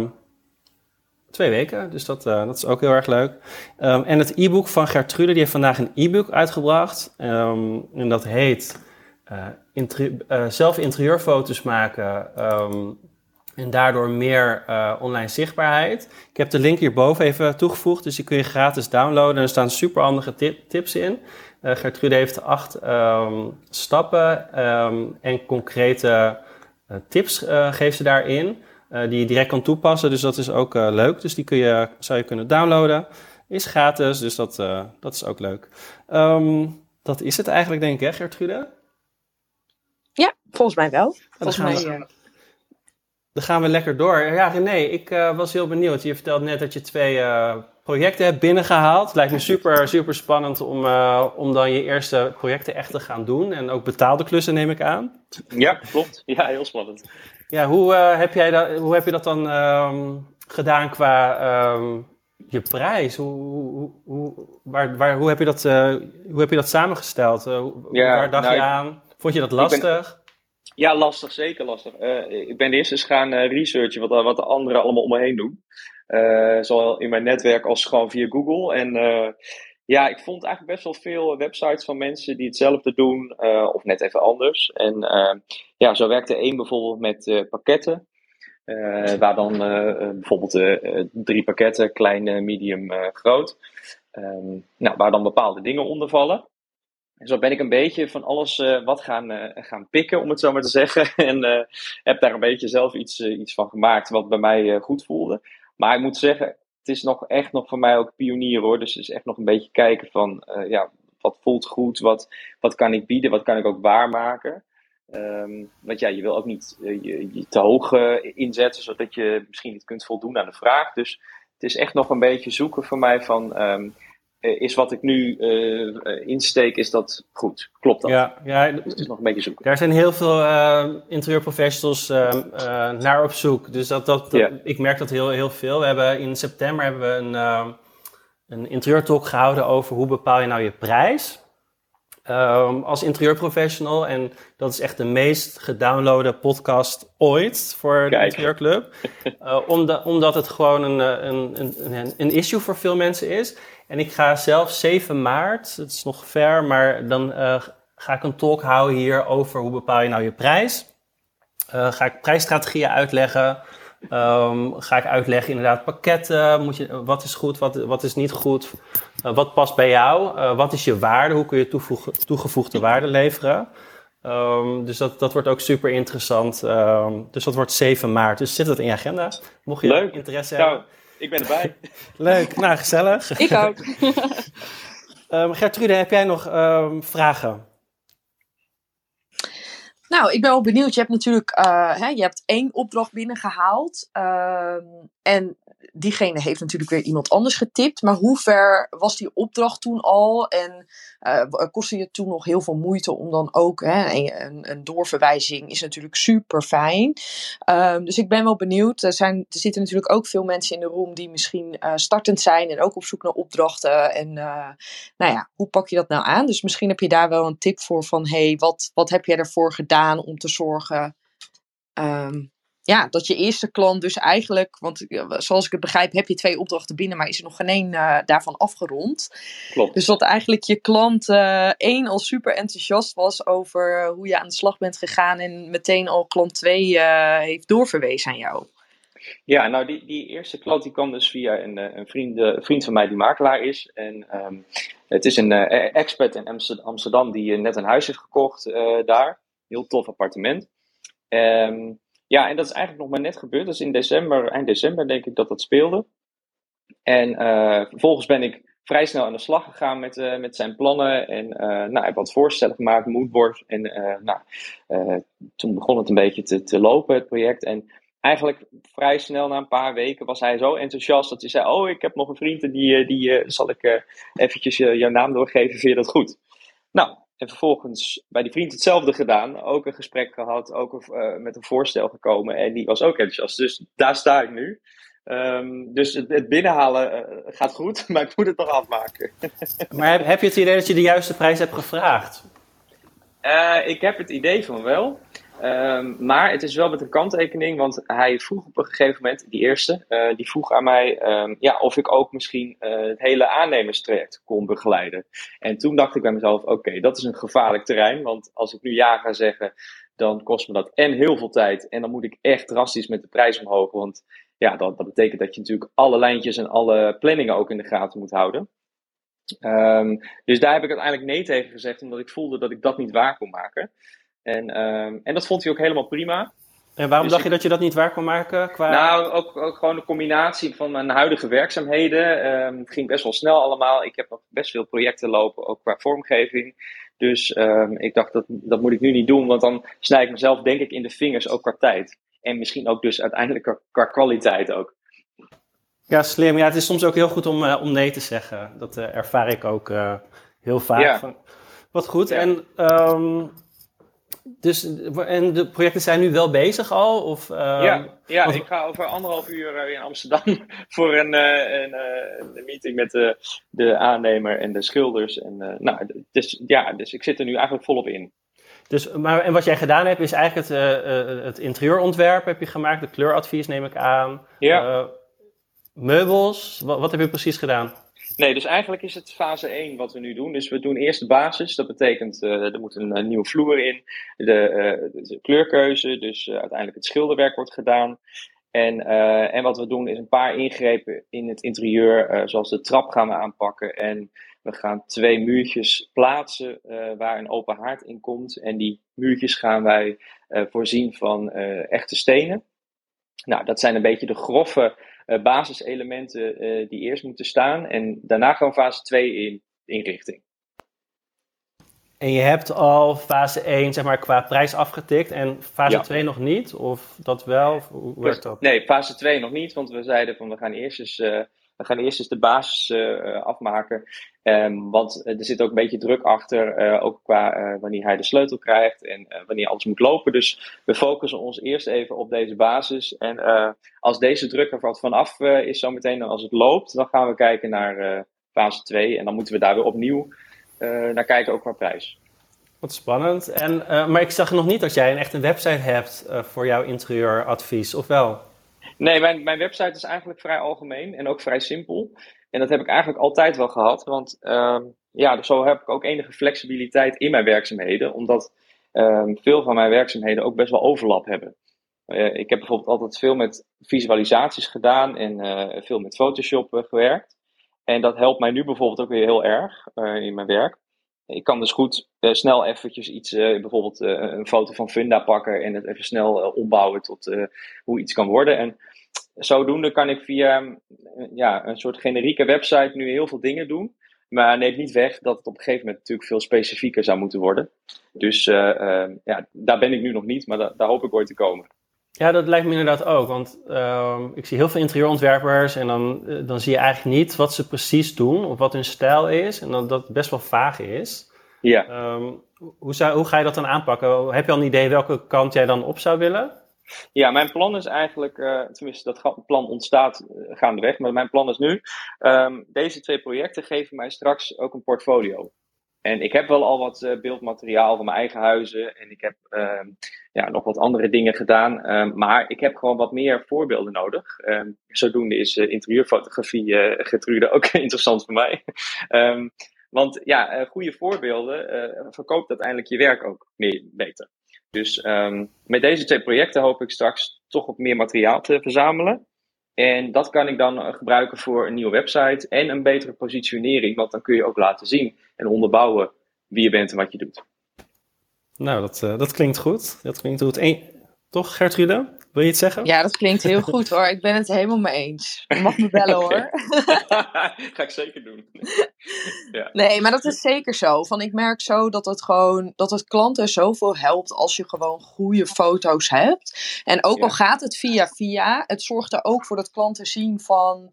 twee weken. Dus dat, uh, dat is ook heel erg leuk. Um, en het e-book van Gertrude, die heeft vandaag een e-book uitgebracht. Um, en dat heet uh, interi- uh, zelf interieurfoto's maken... Um, En daardoor meer uh, online zichtbaarheid. Ik heb de link hierboven even toegevoegd, dus die kun je gratis downloaden. Er staan super handige tip, tips in. Uh, Gertrude heeft acht um, stappen um, en concrete uh, tips uh, geeft ze daarin. Uh, die je direct kan toepassen, dus dat is ook uh, leuk. Dus die kun je, zou je kunnen downloaden. Is gratis, dus dat, uh, dat is ook leuk. Um, dat is het eigenlijk, denk ik, hè, Gertrude? Ja, volgens mij wel. Volgens volgens mij... mij... Dan gaan we lekker door. Ja, René, ik uh, was heel benieuwd. Je vertelde net dat je twee uh, projecten hebt binnengehaald. Het lijkt me super, super spannend om, uh, om dan je eerste projecten echt te gaan doen. En ook betaalde klussen, neem ik aan. Ja, klopt. Ja, heel spannend. Ja, hoe, uh, heb, jij dat, hoe heb je dat dan um, gedaan qua um, je prijs? Hoe, hoe, hoe, waar, waar, hoe, heb je dat, uh, hoe heb je dat samengesteld? Uh, ja, waar dacht nou, je aan? Vond je dat lastig? Ja, lastig, zeker lastig. Uh, ik ben eerst eens gaan uh, researchen wat, wat de anderen allemaal om me heen doen. Uh, zowel in mijn netwerk als gewoon via Google. En uh, ja, ik vond eigenlijk best wel veel websites van mensen die hetzelfde doen, uh, of net even anders. En uh, ja, zo werkte één bijvoorbeeld met uh, pakketten. Uh, waar dan uh, bijvoorbeeld uh, drie pakketten, klein, medium, uh, groot. Um, nou, waar dan bepaalde dingen onder vallen. En zo ben ik een beetje van alles uh, wat gaan, uh, gaan pikken, om het zo maar te zeggen. En uh, heb daar een beetje zelf iets, uh, iets van gemaakt wat bij mij uh, goed voelde. Maar ik moet zeggen, het is nog echt nog voor mij ook pionier hoor. Dus het is echt nog een beetje kijken van, uh, ja, wat voelt goed, wat, wat kan ik bieden, wat kan ik ook waarmaken. Um, want ja, je wil ook niet uh, je, je te hoog uh, inzetten, zodat je misschien niet kunt voldoen aan de vraag. Dus het is echt nog een beetje zoeken voor mij van... Um, is wat ik nu uh, insteek, is dat goed? Klopt dat? Ja, ja, dus het is nog een beetje zoeken. Daar zijn heel veel uh, interieurprofessionals uh, uh, naar op zoek. Dus dat, dat, dat, ja. ik merk dat heel, heel veel. We hebben in september hebben we een, uh, een interieurtalk gehouden over hoe bepaal je nou je prijs um, als interieurprofessional. En dat is echt de meest gedownloade podcast ooit voor de Kijk. Interieurclub. Uh, omdat, omdat het gewoon een, een, een, een issue voor veel mensen is. En ik ga zelf zeven maart, dat is nog ver, maar dan uh, ga ik een talk houden hier over hoe bepaal je nou je prijs. Uh, ga ik prijsstrategieën uitleggen. Um, ga ik uitleggen inderdaad pakketten, moet je, wat is goed, wat, wat is niet goed, uh, wat past bij jou, uh, wat is je waarde, hoe kun je toevoeg, toegevoegde waarde leveren. Um, dus dat, dat wordt ook super interessant. Um, dus dat wordt zeven maart, dus zit dat in je agenda, mocht je Leuk. interesse Nou, hebben. ik ben erbij. Leuk, nou gezellig. Ik ook. um, Gertrude, heb jij nog um, vragen? Nou, ik ben wel benieuwd. Je hebt natuurlijk uh, hè, je hebt één opdracht binnengehaald. Uh, en diegene heeft natuurlijk weer iemand anders getipt. Maar hoe ver was die opdracht toen al? En uh, kostte je toen nog heel veel moeite om dan ook... Hè, een, een doorverwijzing is natuurlijk super fijn. Uh, dus ik ben wel benieuwd. Er, zijn, er zitten natuurlijk ook veel mensen in de room die misschien uh, startend zijn. En ook op zoek naar opdrachten. En uh, nou ja, hoe pak je dat nou aan? Dus misschien heb je daar wel een tip voor van... Hey, wat, wat heb jij ervoor gedaan om te zorgen... Um, ja, dat je eerste klant dus eigenlijk, want zoals ik het begrijp, heb je twee opdrachten binnen, maar is er nog geen één uh, daarvan afgerond. Klopt. Dus dat eigenlijk je klant uh, één al super enthousiast was over uh, hoe je aan de slag bent gegaan en meteen al klant twee uh, heeft doorverwezen aan jou. Ja, nou die, die eerste klant die kwam dus via een, een, vriend, een vriend van mij die makelaar is. En um, het is een uh, expert in Amsterdam die net een huis heeft gekocht uh, daar. Heel tof appartement. Um, Ja, en dat is eigenlijk nog maar net gebeurd. Dat is in december, eind december denk ik dat dat speelde. En uh, vervolgens ben ik vrij snel aan de slag gegaan met, uh, met zijn plannen. En uh, nou, ik heb wat voorstellen gemaakt, moodboard. En uh, nou, uh, toen begon het een beetje te, te lopen, het project. En eigenlijk vrij snel, na een paar weken, was hij zo enthousiast dat hij zei... Oh, ik heb nog een vriend en die, die uh, zal ik uh, eventjes uh, jouw naam doorgeven. Vind je dat goed? Nou... En vervolgens bij die vriend hetzelfde gedaan. Ook een gesprek gehad. Ook uh, met een voorstel gekomen. En die was ook enthousiast. Dus daar sta ik nu. Um, dus het, het binnenhalen uh, gaat goed. Maar ik moet het nog afmaken. Maar heb, heb je het idee dat je de juiste prijs hebt gevraagd? Uh, ik heb het idee van wel. Um, maar het is wel met een kanttekening. Want hij vroeg op een gegeven moment, die eerste. Uh, die vroeg aan mij um, ja, of ik ook misschien uh, het hele aannemerstraject kon begeleiden. En toen dacht ik bij mezelf, oké, okay, dat is een gevaarlijk terrein. Want als ik nu ja ga zeggen, dan kost me dat en heel veel tijd. En dan moet ik echt drastisch met de prijs omhoog. Want ja, dat, dat betekent dat je natuurlijk alle lijntjes en alle planningen ook in de gaten moet houden. Um, dus daar heb ik uiteindelijk nee tegen gezegd. Omdat ik voelde dat ik dat niet waar kon maken. En, um, en dat vond hij ook helemaal prima. En waarom dus dacht ik, je dat je dat niet waar kon maken? Qua... Nou, ook, ook gewoon de combinatie van mijn huidige werkzaamheden. Um, het ging best wel snel allemaal. Ik heb nog best veel projecten lopen, ook qua vormgeving. Dus um, ik dacht, dat, dat moet ik nu niet doen. Want dan snij ik mezelf denk ik in de vingers, ook qua tijd. En misschien ook dus uiteindelijk qua, qua kwaliteit ook. Ja, slim. Ja, het is soms ook heel goed om, uh, om nee te zeggen. Dat uh, ervaar ik ook uh, heel vaak. Ja. Van, wat goed. Ja. En... Um, Dus, en de projecten zijn nu wel bezig al? Of, uh, ja, ja want... ik ga over anderhalf uur in Amsterdam voor een, uh, een, uh, een meeting met de, de aannemer en de schilders. En, uh, nou, dus, ja, dus ik zit er nu eigenlijk volop in. Dus, maar, en wat jij gedaan hebt is eigenlijk het, uh, uh, het interieurontwerp heb je gemaakt, de kleuradvies neem ik aan. Ja. Uh, meubels, wat, wat heb je precies gedaan? Nee, dus eigenlijk is het fase één wat we nu doen. Dus we doen eerst de basis. Dat betekent, uh, er moet een, een nieuwe vloer in. De, uh, de kleurkeuze, dus uh, uiteindelijk het schilderwerk wordt gedaan. En, uh, en wat we doen is een paar ingrepen in het interieur. Uh, zoals de trap gaan we aanpakken. En we gaan twee muurtjes plaatsen uh, waar een open haard in komt. En die muurtjes gaan wij uh, voorzien van uh, echte stenen. Nou, dat zijn een beetje de grove uh, basiselementen uh, die eerst moeten staan. En daarna gaan we fase twee in inrichting. En je hebt al fase één zeg maar, qua prijs afgetikt en fase ja. twee nog niet? Of dat wel? Of hoe werkt dat? Nee, fase twee nog niet. Want we zeiden van we gaan eerst eens, uh, we gaan eerst eens de basis uh, afmaken. Um, want er zit ook een beetje druk achter. Uh, ook qua uh, wanneer hij de sleutel krijgt en uh, wanneer alles moet lopen. Dus we focussen ons eerst even op deze basis. En uh, als deze druk er wat vanaf uh, is zometeen en als het loopt. Dan gaan we kijken naar uh, fase twee. En dan moeten we daar weer opnieuw uh, naar kijken ook qua prijs. Wat spannend. En, uh, maar ik zag nog niet dat jij een, echt een website hebt uh, voor jouw interieuradvies, of wel? Nee, mijn, mijn website is eigenlijk vrij algemeen en ook vrij simpel. En dat heb ik eigenlijk altijd wel gehad. Want uh, ja, zo heb ik ook enige flexibiliteit in mijn werkzaamheden. Omdat uh, veel van mijn werkzaamheden ook best wel overlap hebben. Uh, ik heb bijvoorbeeld altijd veel met visualisaties gedaan en uh, veel met Photoshop uh, gewerkt. En dat helpt mij nu bijvoorbeeld ook weer heel erg uh, in mijn werk. Ik kan dus goed uh, snel eventjes iets, uh, bijvoorbeeld uh, een foto van Funda pakken en het even snel uh, opbouwen tot uh, hoe iets kan worden. En zodoende kan ik via uh, ja, een soort generieke website nu heel veel dingen doen. Maar neemt niet weg dat het op een gegeven moment natuurlijk veel specifieker zou moeten worden. Dus uh, uh, ja, daar ben ik nu nog niet, maar da- daar hoop ik ooit te komen. Ja, dat lijkt me inderdaad ook. Want uh, ik zie heel veel interieurontwerpers en dan, uh, dan zie je eigenlijk niet wat ze precies doen of wat hun stijl is. En dat dat best wel vaag is. Ja. Um, hoe, zou, hoe ga je dat dan aanpakken? Heb je al een idee welke kant jij dan op zou willen? Ja, mijn plan is eigenlijk, uh, tenminste dat plan ontstaat uh, gaandeweg, maar mijn plan is nu, um, deze twee projecten geven mij straks ook een portfolio. En ik heb wel al wat uh, beeldmateriaal van mijn eigen huizen en ik heb uh, ja, nog wat andere dingen gedaan, uh, maar ik heb gewoon wat meer voorbeelden nodig. Uh, zodoende is uh, interieurfotografie, uh, Gertrude, ook interessant voor mij. um, want ja, uh, goede voorbeelden uh, verkoopt uiteindelijk je werk ook meer, beter. Dus um, met deze twee projecten hoop ik straks toch wat meer materiaal te verzamelen. En dat kan ik dan uh, gebruiken voor een nieuwe website en een betere positionering. Want dan kun je ook laten zien en onderbouwen wie je bent en wat je doet. Nou, dat, uh, dat klinkt goed. Dat klinkt goed. Eén, toch, Gertrude? Wil je iets zeggen? Ja, dat klinkt heel goed hoor. Ik ben het helemaal mee eens. Je mag me bellen hoor. Ga ik zeker doen. Ja. Nee, maar dat is zeker zo. Van, ik merk zo dat het gewoon, dat het klanten zoveel helpt als je gewoon goede foto's hebt. En ook al Ja. gaat het via via, het zorgt er ook voor dat klanten zien van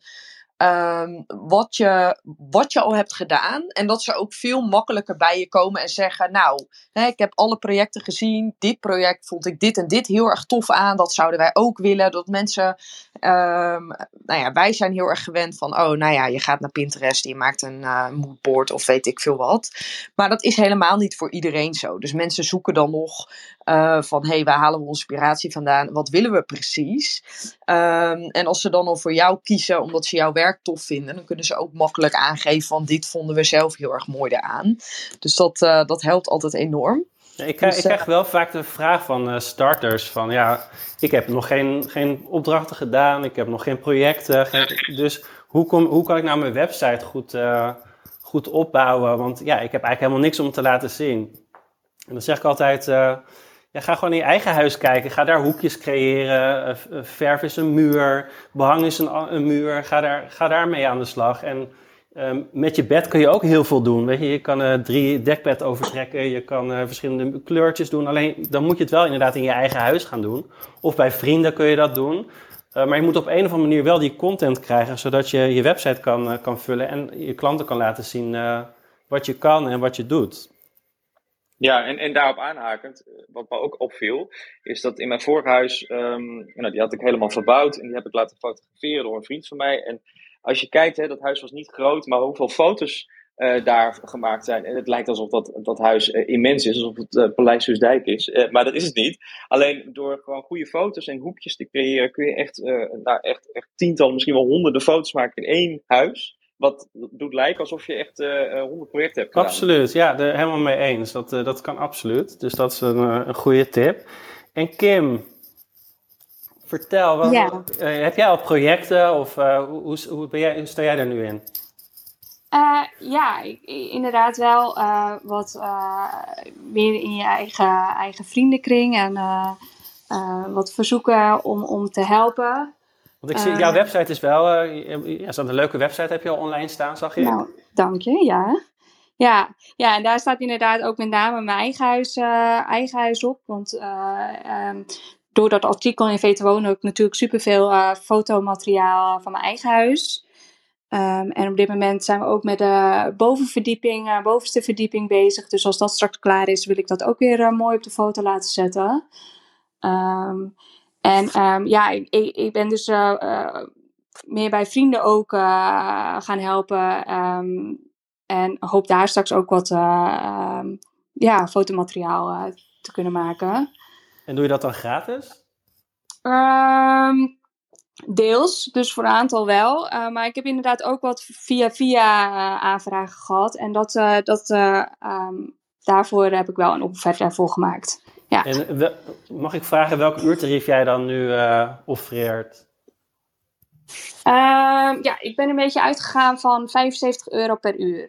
um, wat, je, wat je al hebt gedaan. En dat ze ook veel makkelijker bij je komen en zeggen, nou, hè, ik heb alle projecten gezien. Dit project vond ik dit en dit heel erg tof aan. Dat zouden wij ook willen. Dat mensen, um, nou ja, wij zijn heel erg gewend van, oh, nou ja, je gaat naar Pinterest, je maakt een uh, moodboard of weet ik veel wat. Maar dat is helemaal niet voor iedereen zo. Dus mensen zoeken dan nog uh, van, hé, hey, waar halen we onze inspiratie vandaan? Wat willen we precies? Um, en als ze dan al voor jou kiezen, omdat ze jouw werk tof vinden, dan kunnen ze ook makkelijk aangeven van, dit vonden we zelf heel erg mooi eraan. Dus dat, uh, dat helpt altijd enorm. Ja, ik, krijg, Dus, ik krijg wel vaak de vraag van uh, starters van, ja, ik heb nog geen, geen opdrachten gedaan, ik heb nog geen projecten, geen, dus hoe, kom, hoe kan ik nou mijn website goed, uh, goed opbouwen? Want ja, ik heb eigenlijk helemaal niks om te laten zien. En dan zeg ik altijd, uh, ja, ga gewoon in je eigen huis kijken, ga daar hoekjes creëren, uh, verf is een muur, behang is een, een muur, ga daar, ga daar mee aan de slag. En Um, met je bed kun je ook heel veel doen. Weet je, je kan uh, drie dekbed overtrekken, je kan uh, verschillende kleurtjes doen. Alleen dan moet je het wel inderdaad in je eigen huis gaan doen. Of bij vrienden kun je dat doen. Uh, maar je moet op een of andere manier wel die content krijgen, zodat je je website kan, uh, kan vullen en je klanten kan laten zien uh, wat je kan en wat je doet. Ja, en, en daarop aanhakend, wat me ook opviel, is dat in mijn vorige huis, um, nou, die had ik helemaal verbouwd en die heb ik laten fotograferen door een vriend van mij. En als je kijkt, hè, dat huis was niet groot, maar hoeveel foto's uh, daar gemaakt zijn. En het lijkt alsof dat, dat huis uh, immens is, alsof het uh, Paleis Soesdijk is. Uh, maar dat is het niet. Alleen door gewoon goede foto's en hoekjes te creëren, kun je echt, uh, nou, echt, echt tientallen, misschien wel honderden foto's maken in één huis. Wat doet lijken alsof je echt uh, honderd projecten hebt gedaan. Absoluut, ja, er helemaal mee eens. Dat, uh, dat kan absoluut. Dus dat is een, uh, een goede tip. En Kim, vertel, wat, Ja. uh, heb jij al projecten of uh, hoe, hoe, ben jij, hoe sta jij daar nu in? Uh, ja, ik, inderdaad wel uh, wat uh, meer in je eigen, eigen vriendenkring en uh, uh, wat verzoeken om, om te helpen. Want ik zie, jouw website is wel, uh, ja, zo'n leuke website heb je al online staan, zag je? Nou, dank je, ja. Ja, ja, en daar staat inderdaad ook met name mijn eigen huis, uh, eigen huis op. Want uh, um, door dat artikel in Veter Wonen heb ik natuurlijk superveel uh, fotomateriaal van mijn eigen huis. Um, en op dit moment zijn we ook met de bovenverdieping, uh, bovenste verdieping bezig. Dus als dat straks klaar is, wil ik dat ook weer uh, mooi op de foto laten zetten. Um, en um, ja, ik, ik ben dus uh, uh, meer bij vrienden ook uh, gaan helpen. Um, en hoop daar straks ook wat uh, um, ja, fotomateriaal uh, te kunnen maken. En doe je dat dan gratis? Um, deels, dus voor een aantal wel. Uh, maar ik heb inderdaad ook wat via via uh, aanvragen gehad. En dat, uh, dat, uh, um, daarvoor heb ik wel een offerte voor gemaakt. Ja. En we, mag ik vragen welk uurtarief jij dan nu uh, offereert? Um, ja, ik ben een beetje uitgegaan van vijfenzeventig euro per uur.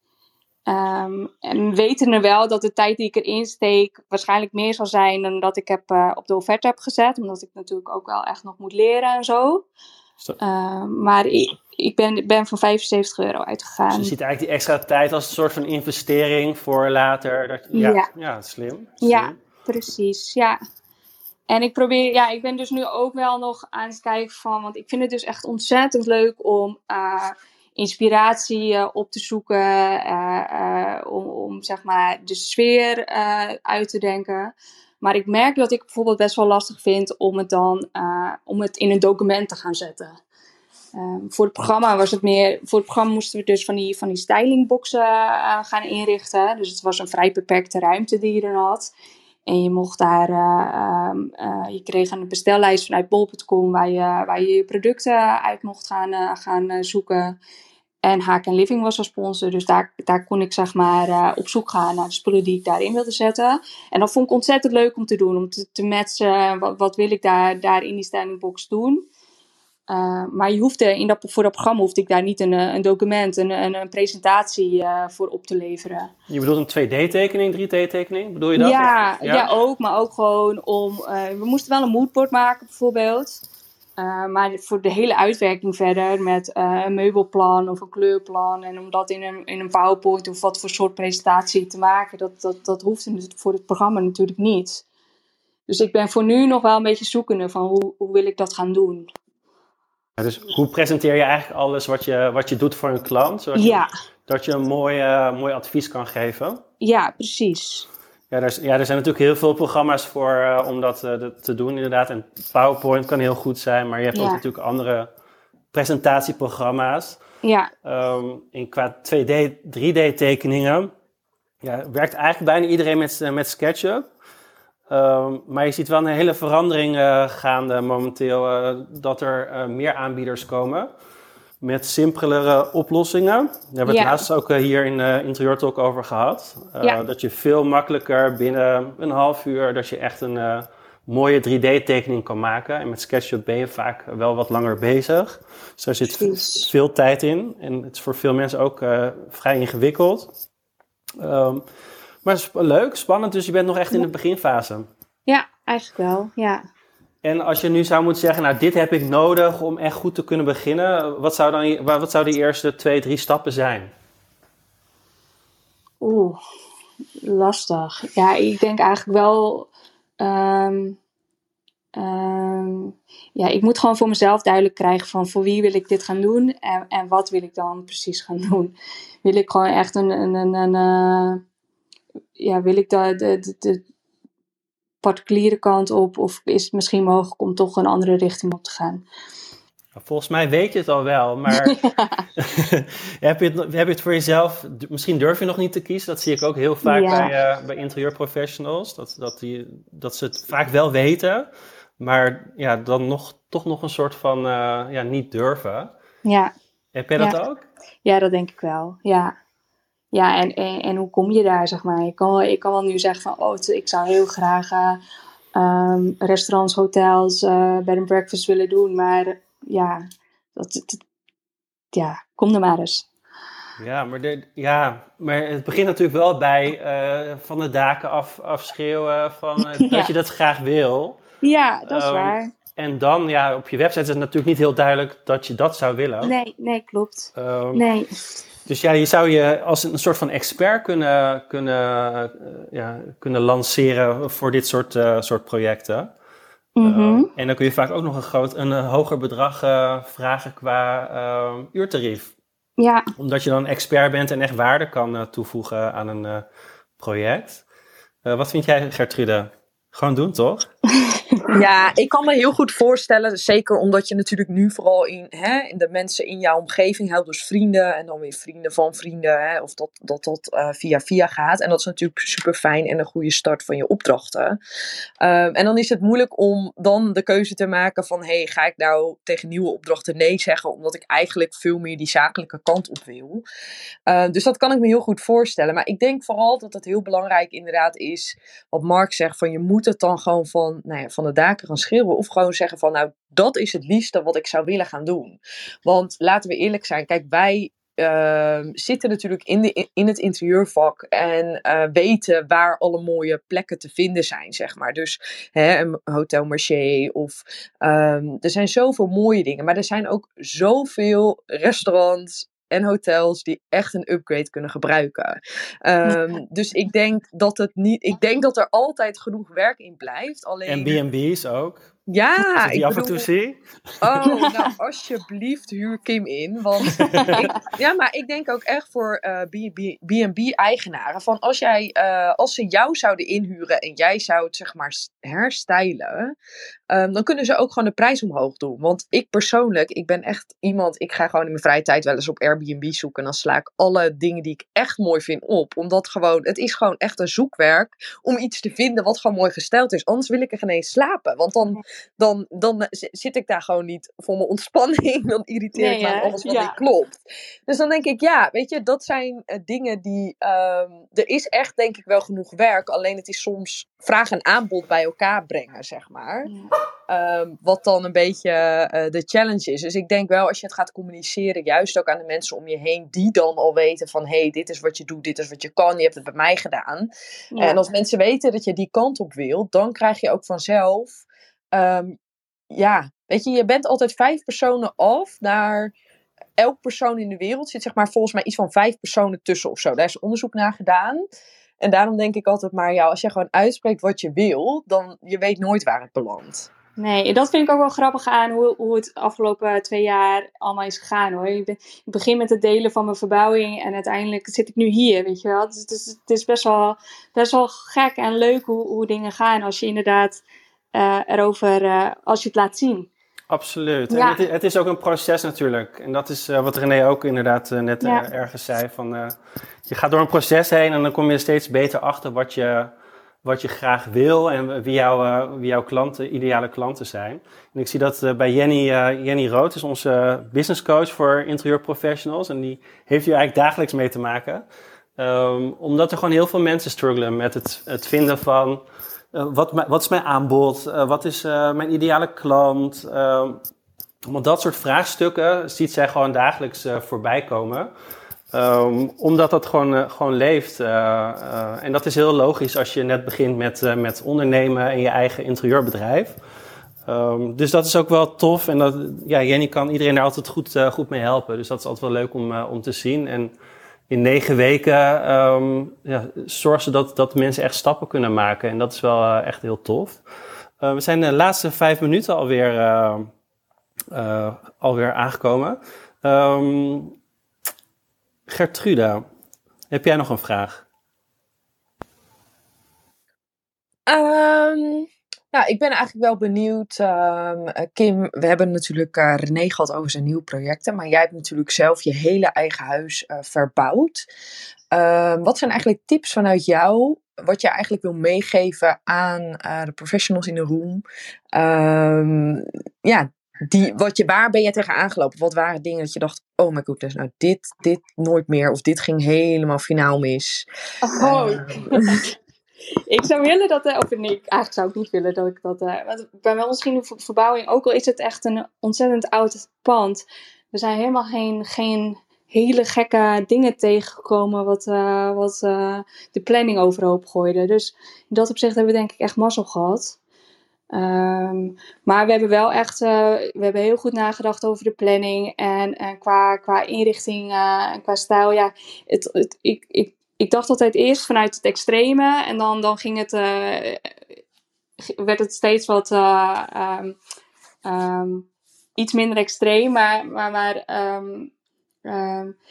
Um, en wetende wel dat de tijd die ik erin steek waarschijnlijk meer zal zijn dan dat ik heb, uh, op de offerte heb gezet. Omdat ik natuurlijk ook wel echt nog moet leren en zo. Uh, maar ik, ik ben, ben van vijfenzeventig euro uitgegaan. Dus je ziet eigenlijk die extra tijd als een soort van investering voor later. Dat, ja, ja. ja slim, slim. Ja, precies. Ja. En ik probeer, ja, ik ben dus nu ook wel nog aan het kijken van, want ik vind het dus echt ontzettend leuk om uh, inspiratie uh, op te zoeken, uh, uh, om, om zeg maar de sfeer uh, uit te denken. Maar ik merk dat ik bijvoorbeeld best wel lastig vind om het dan, uh, om het in een document te gaan zetten. Um, voor het programma was het meer, voor het programma moesten we dus van die, van die stylingboxen uh, gaan inrichten. Dus het was een vrij beperkte ruimte die je dan had. En je mocht daar, uh, um, uh, je kreeg een bestellijst vanuit bol punt com waar je, waar je je producten uit mocht gaan, uh, gaan uh, zoeken. En Haak en Living was als sponsor, dus daar, daar kon ik zeg maar uh, op zoek gaan naar de spullen die ik daarin wilde zetten. En dat vond ik ontzettend leuk om te doen, om te, te matchen, wat, wat wil ik daar, daar in die stylingbox doen. Uh, maar je hoefde in dat, voor dat programma hoefde ik daar niet een, een document, een, een, een presentatie uh, voor op te leveren. Je bedoelt een twee D-tekening, drie D-tekening? Bedoel je dat? Ja, ja? ja, ook. Maar ook gewoon om... Uh, we moesten wel een moodboard maken bijvoorbeeld. Uh, maar voor de hele uitwerking verder met uh, een meubelplan of een kleurplan. En om dat in een, in een PowerPoint of wat voor soort presentatie te maken. Dat, dat, dat hoefde voor het programma natuurlijk niet. Dus ik ben voor nu nog wel een beetje zoekende van hoe, hoe wil ik dat gaan doen. Dus hoe presenteer je eigenlijk alles wat je, wat je doet voor een klant? Zodat ja. je, dat je een mooi, uh, mooi advies kan geven? Ja, precies. Ja er, is, ja, er zijn natuurlijk heel veel programma's voor uh, om dat uh, te doen inderdaad. En PowerPoint kan heel goed zijn, maar je hebt ja. ook natuurlijk andere presentatieprogramma's. Ja. Um, en qua twee D, drie D tekeningen ja, werkt eigenlijk bijna iedereen met, met SketchUp. Um, maar je ziet wel een hele verandering uh, gaande momenteel, uh, dat er uh, meer aanbieders komen met simpelere oplossingen. Daar hebben we het ja. laatst ook uh, hier in uh, Interieur Talk over gehad. Uh, ja. Dat je veel makkelijker binnen een half uur, dat je echt een uh, mooie drie D-tekening kan maken. En met SketchUp ben je vaak wel wat langer bezig. Dus daar zit v- veel tijd in. En het is voor veel mensen ook uh, vrij ingewikkeld. Um, Maar het is leuk, spannend, dus je bent nog echt in de beginfase. Ja, eigenlijk wel, ja. En als je nu zou moeten zeggen, nou dit heb ik nodig om echt goed te kunnen beginnen. Wat zou dan, wat zou die eerste twee, drie stappen zijn? Oeh, lastig. Ja, ik denk eigenlijk wel... Um, um, ja, ik moet gewoon voor mezelf duidelijk krijgen van voor wie wil ik dit gaan doen en, en wat wil ik dan precies gaan doen. Wil ik gewoon echt een... een, een, een uh, ja, wil ik de, de, de, de particuliere kant op of is het misschien mogelijk om toch een andere richting op te gaan? Volgens mij weet je het al wel, maar ja. heb, je het, heb je het voor jezelf, misschien durf je nog niet te kiezen, dat zie ik ook heel vaak ja. bij, uh, bij interieurprofessionals, dat, dat, die, dat ze het vaak wel weten, maar ja, dan nog, toch nog een soort van uh, ja, niet durven. Ja. Heb jij dat ja. ook? Ja, dat denk ik wel, ja. Ja, en, en, en hoe kom je daar, zeg maar? Ik kan wel, ik kan wel nu zeggen van, oh, ik zou heel graag uh, um, restaurants, hotels, uh, bed and breakfast willen doen. Maar ja, dat, dat, ja, kom er maar eens. Ja, maar, de, ja, maar het begint natuurlijk wel bij uh, van de daken af, afschreeuwen van, uh, ja. dat je dat graag wil. Ja, dat is um, waar. En dan, ja, op je website is het natuurlijk niet heel duidelijk dat je dat zou willen. Nee, nee, klopt. Um, nee. Dus ja, je zou je als een soort van expert kunnen, kunnen, uh, ja, kunnen lanceren voor dit soort, uh, soort projecten. Mm-hmm. Uh, en dan kun je vaak ook nog een, groot, een uh, hoger bedrag uh, vragen qua uh, uurtarief. Ja. Omdat je dan expert bent en echt waarde kan uh, toevoegen aan een uh, project. Uh, wat vind jij, Gertrude? Gewoon doen, toch? Ja, ik kan me heel goed voorstellen, zeker omdat je natuurlijk nu vooral in, hè, in de mensen in jouw omgeving helpt, dus vrienden en dan weer vrienden van vrienden, hè, of dat dat, dat uh, via via gaat. En dat is natuurlijk super fijn en een goede start van je opdrachten. Um, en dan is het moeilijk om dan de keuze te maken van, hey, ga ik nou tegen nieuwe opdrachten nee zeggen, omdat ik eigenlijk veel meer die zakelijke kant op wil. Uh, dus dat kan ik me heel goed voorstellen. Maar ik denk vooral dat het heel belangrijk inderdaad is, wat Mark zegt, van je moet het dan gewoon van, nou ja, van de daken gaan schreeuwen. Of gewoon zeggen van, nou, dat is het liefste wat ik zou willen gaan doen. Want laten we eerlijk zijn, kijk, wij uh, zitten natuurlijk in, de, in het interieurvak en uh, weten waar alle mooie plekken te vinden zijn, zeg maar. Dus hè, een Hotel Marché of um, er zijn zoveel mooie dingen. Maar er zijn ook zoveel restaurants en hotels die echt een upgrade kunnen gebruiken. Um, dus ik denk dat het niet. Ik denk dat er altijd genoeg werk in blijft. Alleen. En B en B's ook. Ja, Als ik die ik af bedoel, en toe zie. Oh, nou alsjeblieft huur Kim in. Want ik, ja, maar ik denk ook echt voor uh, B en B-eigenaren. Van als, jij, uh, als ze jou zouden inhuren en jij zou het zeg maar herstylen. Um, dan kunnen ze ook gewoon de prijs omhoog doen. Want ik persoonlijk, ik ben echt iemand. Ik ga gewoon in mijn vrije tijd wel eens op Airbnb zoeken. En dan sla ik alle dingen die ik echt mooi vind op. Omdat gewoon, het is gewoon echt een zoekwerk om iets te vinden wat gewoon mooi gesteld is. Anders wil ik er geen eens slapen. Want dan, dan, dan zit ik daar gewoon niet voor mijn ontspanning. Dan irriteer ik Nee, me aan hè? alles wat Ja. niet klopt. Dus dan denk ik, ja, weet je, dat zijn uh, dingen die... Um, er is echt denk ik wel genoeg werk. Alleen het is soms vraag en aanbod bij elkaar brengen, zeg maar. Ja. Um, wat dan een beetje uh, de challenge is. Dus ik denk wel, als je het gaat communiceren, juist ook aan de mensen om je heen, die dan al weten van, hé, hey, dit is wat je doet, dit is wat je kan, je hebt het bij mij gedaan. Ja. En als mensen weten dat je die kant op wil, dan krijg je ook vanzelf, um, ja, weet je, je bent altijd vijf personen af naar elk persoon in de wereld. Zit zeg maar volgens mij iets van vijf personen tussen of zo. Daar is onderzoek naar gedaan. En daarom denk ik altijd maar, ja, als je gewoon uitspreekt wat je wil, dan je weet nooit waar het belandt. Nee, en dat vind ik ook wel grappig aan hoe, hoe het afgelopen twee jaar allemaal is gegaan, hoor. Ik, ben, ik begin met het delen van mijn verbouwing en uiteindelijk zit ik nu hier, weet je wel. Dus het is, het is best wel, best wel gek en leuk hoe, hoe dingen gaan als je inderdaad uh, erover, uh, als je het laat zien. Absoluut. Ja. En het, het is ook een proces natuurlijk. En dat is uh, wat René ook inderdaad uh, net ja. uh, ergens zei. Van, uh, je gaat door een proces heen en dan kom je steeds beter achter wat je, wat je graag wil en wie, jou, uh, wie jouw klanten, ideale klanten zijn. En ik zie dat uh, bij Jenny, uh, Jenny Rood, is onze business coach voor interieurprofessionals. En die heeft hier eigenlijk dagelijks mee te maken. Um, omdat er gewoon heel veel mensen struggelen met het, het vinden van... Uh, wat, wat is mijn aanbod? Uh, wat is uh, mijn ideale klant? Uh, want dat soort vraagstukken ziet zij gewoon dagelijks uh, voorbij komen. Um, omdat dat gewoon, uh, gewoon leeft. Uh, uh, en dat is heel logisch als je net begint met, uh, met ondernemen en je eigen interieurbedrijf. Um, dus dat is ook wel tof. En dat, ja, Jenny kan iedereen daar altijd goed, uh, goed mee helpen. Dus dat is altijd wel leuk om, uh, om te zien. En in negen weken um, ja, zorgen ze dat, dat mensen echt stappen kunnen maken. En dat is wel uh, echt heel tof. Uh, we zijn de laatste vijf minuten alweer, uh, uh, alweer aangekomen. Um, Gertrude, heb jij nog een vraag? Um, nou, ik ben eigenlijk wel benieuwd. Um, Kim, we hebben natuurlijk uh, René gehad over zijn nieuwe projecten. Maar jij hebt natuurlijk zelf je hele eigen huis uh, verbouwd. Um, wat zijn eigenlijk tips vanuit jou? Wat je eigenlijk wil meegeven aan uh, de professionals in de room? Um, ja, die, wat je, waar ben je tegen aangelopen? Wat waren dingen dat je dacht, oh my goodness, nou dit, dit nooit meer. Of dit ging helemaal finaal mis. Oh. Um, Ik zou willen dat, uh, of nee, eigenlijk zou ik niet willen dat ik dat, uh, want bij mij misschien de verbouwing, ook al is het echt een ontzettend oud pand, er zijn helemaal geen, geen hele gekke dingen tegengekomen wat, uh, wat uh, de planning overhoop gooide. Dus in dat opzicht hebben we denk ik echt mazzel gehad. Um, maar we hebben wel echt, uh, we hebben heel goed nagedacht over de planning en, en qua, qua inrichting uh, en qua stijl. Ja, het, het, ik, ik, ik dacht altijd eerst vanuit het extreme en dan, dan ging het, uh, werd het steeds wat uh, um, um, iets minder extreem, maar, maar, maar um, um,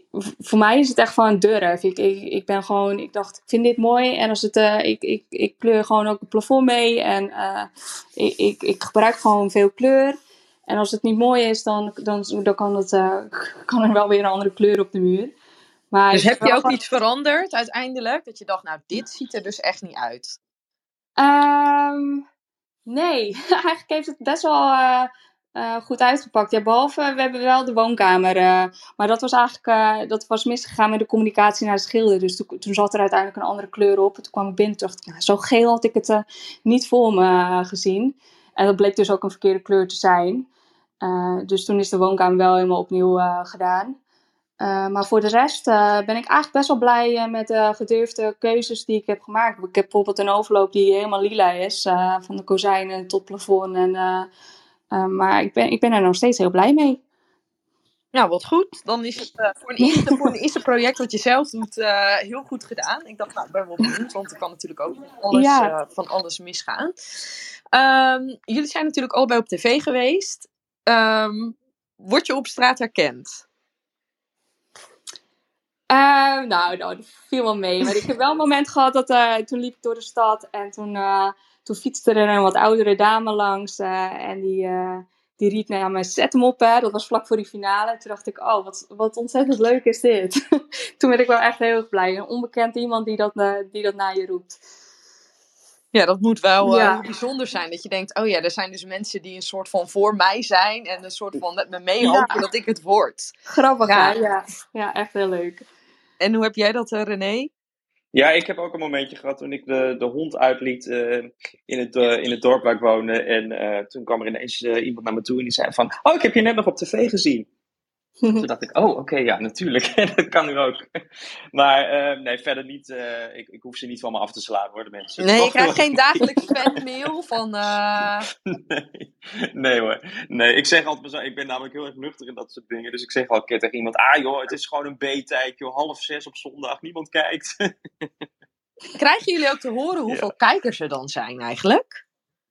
v- voor mij is het echt gewoon durf. Ik, ik, ik ben gewoon, ik dacht, ik vind dit mooi. En als het, uh, ik, ik, ik kleur gewoon ook het plafond mee. En uh, ik, ik, ik gebruik gewoon veel kleur. En als het niet mooi is, dan, dan, dan kan, het, uh, kan er wel weer een andere kleur op de muur. Maar Dus ik heb je wel ook gewoon- iets veranderd uiteindelijk? Dat je dacht, nou, dit ziet er dus echt niet uit. Ehm, nee, eigenlijk heeft het best wel uh, uh, goed uitgepakt. Ja, behalve, we hebben wel de woonkamer. Uh, maar dat was eigenlijk uh, dat was misgegaan met de communicatie naar de schilder. Dus toen, toen zat er uiteindelijk een andere kleur op. En toen kwam ik binnen en dacht ik, nou, zo geel had ik het uh, niet voor me uh, gezien. En dat bleek dus ook een verkeerde kleur te zijn. Uh, dus toen is de woonkamer wel helemaal opnieuw uh, gedaan. Uh, maar voor de rest uh, ben ik eigenlijk best wel blij uh, met de gedurfde keuzes die ik heb gemaakt. Ik heb bijvoorbeeld een overloop die helemaal lila is. Uh, van de kozijnen tot plafond. En, uh, uh, maar ik ben, ik ben er nog steeds heel blij mee. Nou, wat goed. Dan is het uh, voor, een eerste, voor een eerste project wat je zelf doet uh, heel goed gedaan. Ik dacht, nou, ik ben wel benieuwd. Want er kan natuurlijk ook alles, Ja. uh, van alles misgaan. Um, jullie zijn natuurlijk allebei op tv geweest. Um, word je op straat herkend? Uh, nou, nou, dat viel wel mee. Maar ik heb wel een moment gehad dat uh, toen liep ik door de stad en toen, uh, toen fietste er een wat oudere dame langs uh, en die, uh, die riep naar mij, zet hem op, hè. Dat was vlak voor die finale. Toen dacht ik, oh, wat, wat ontzettend leuk is dit. Toen werd ik wel echt heel erg blij. Een onbekend iemand die dat, uh, die dat naar je roept. Ja, dat moet wel uh, Ja. heel bijzonder zijn. Dat je denkt, oh ja, er zijn dus mensen die een soort van voor mij zijn. En een soort van met me meehopen Ja. dat ik het word. Grappig, Ja. hè? Ja. Ja, echt heel leuk. En hoe heb jij dat, uh, René? Ja, ik heb ook een momentje gehad toen ik de, de hond uitliet uh, in, het, uh, in het dorp waar ik woonde. En uh, toen kwam er ineens uh, iemand naar me toe en die zei van, oh, ik heb je net nog op tv gezien. Toen dacht ik, oh, oké, okay, ja, natuurlijk. Dat kan nu ook. Maar uh, nee, verder niet. Uh, ik, ik hoef ze niet van me af te slaan, hoor, de mensen. Nee, je krijgt geen dagelijks fanmail van... Uh... Nee, nee hoor. Nee, ik zeg altijd, ik ben namelijk heel erg nuchter in dat soort dingen. Dus ik zeg al een keer tegen iemand, ah joh, het is gewoon een B-tijd, joh, half zes op zondag, niemand kijkt. Krijgen jullie ook te horen hoeveel ja. kijkers er dan zijn eigenlijk?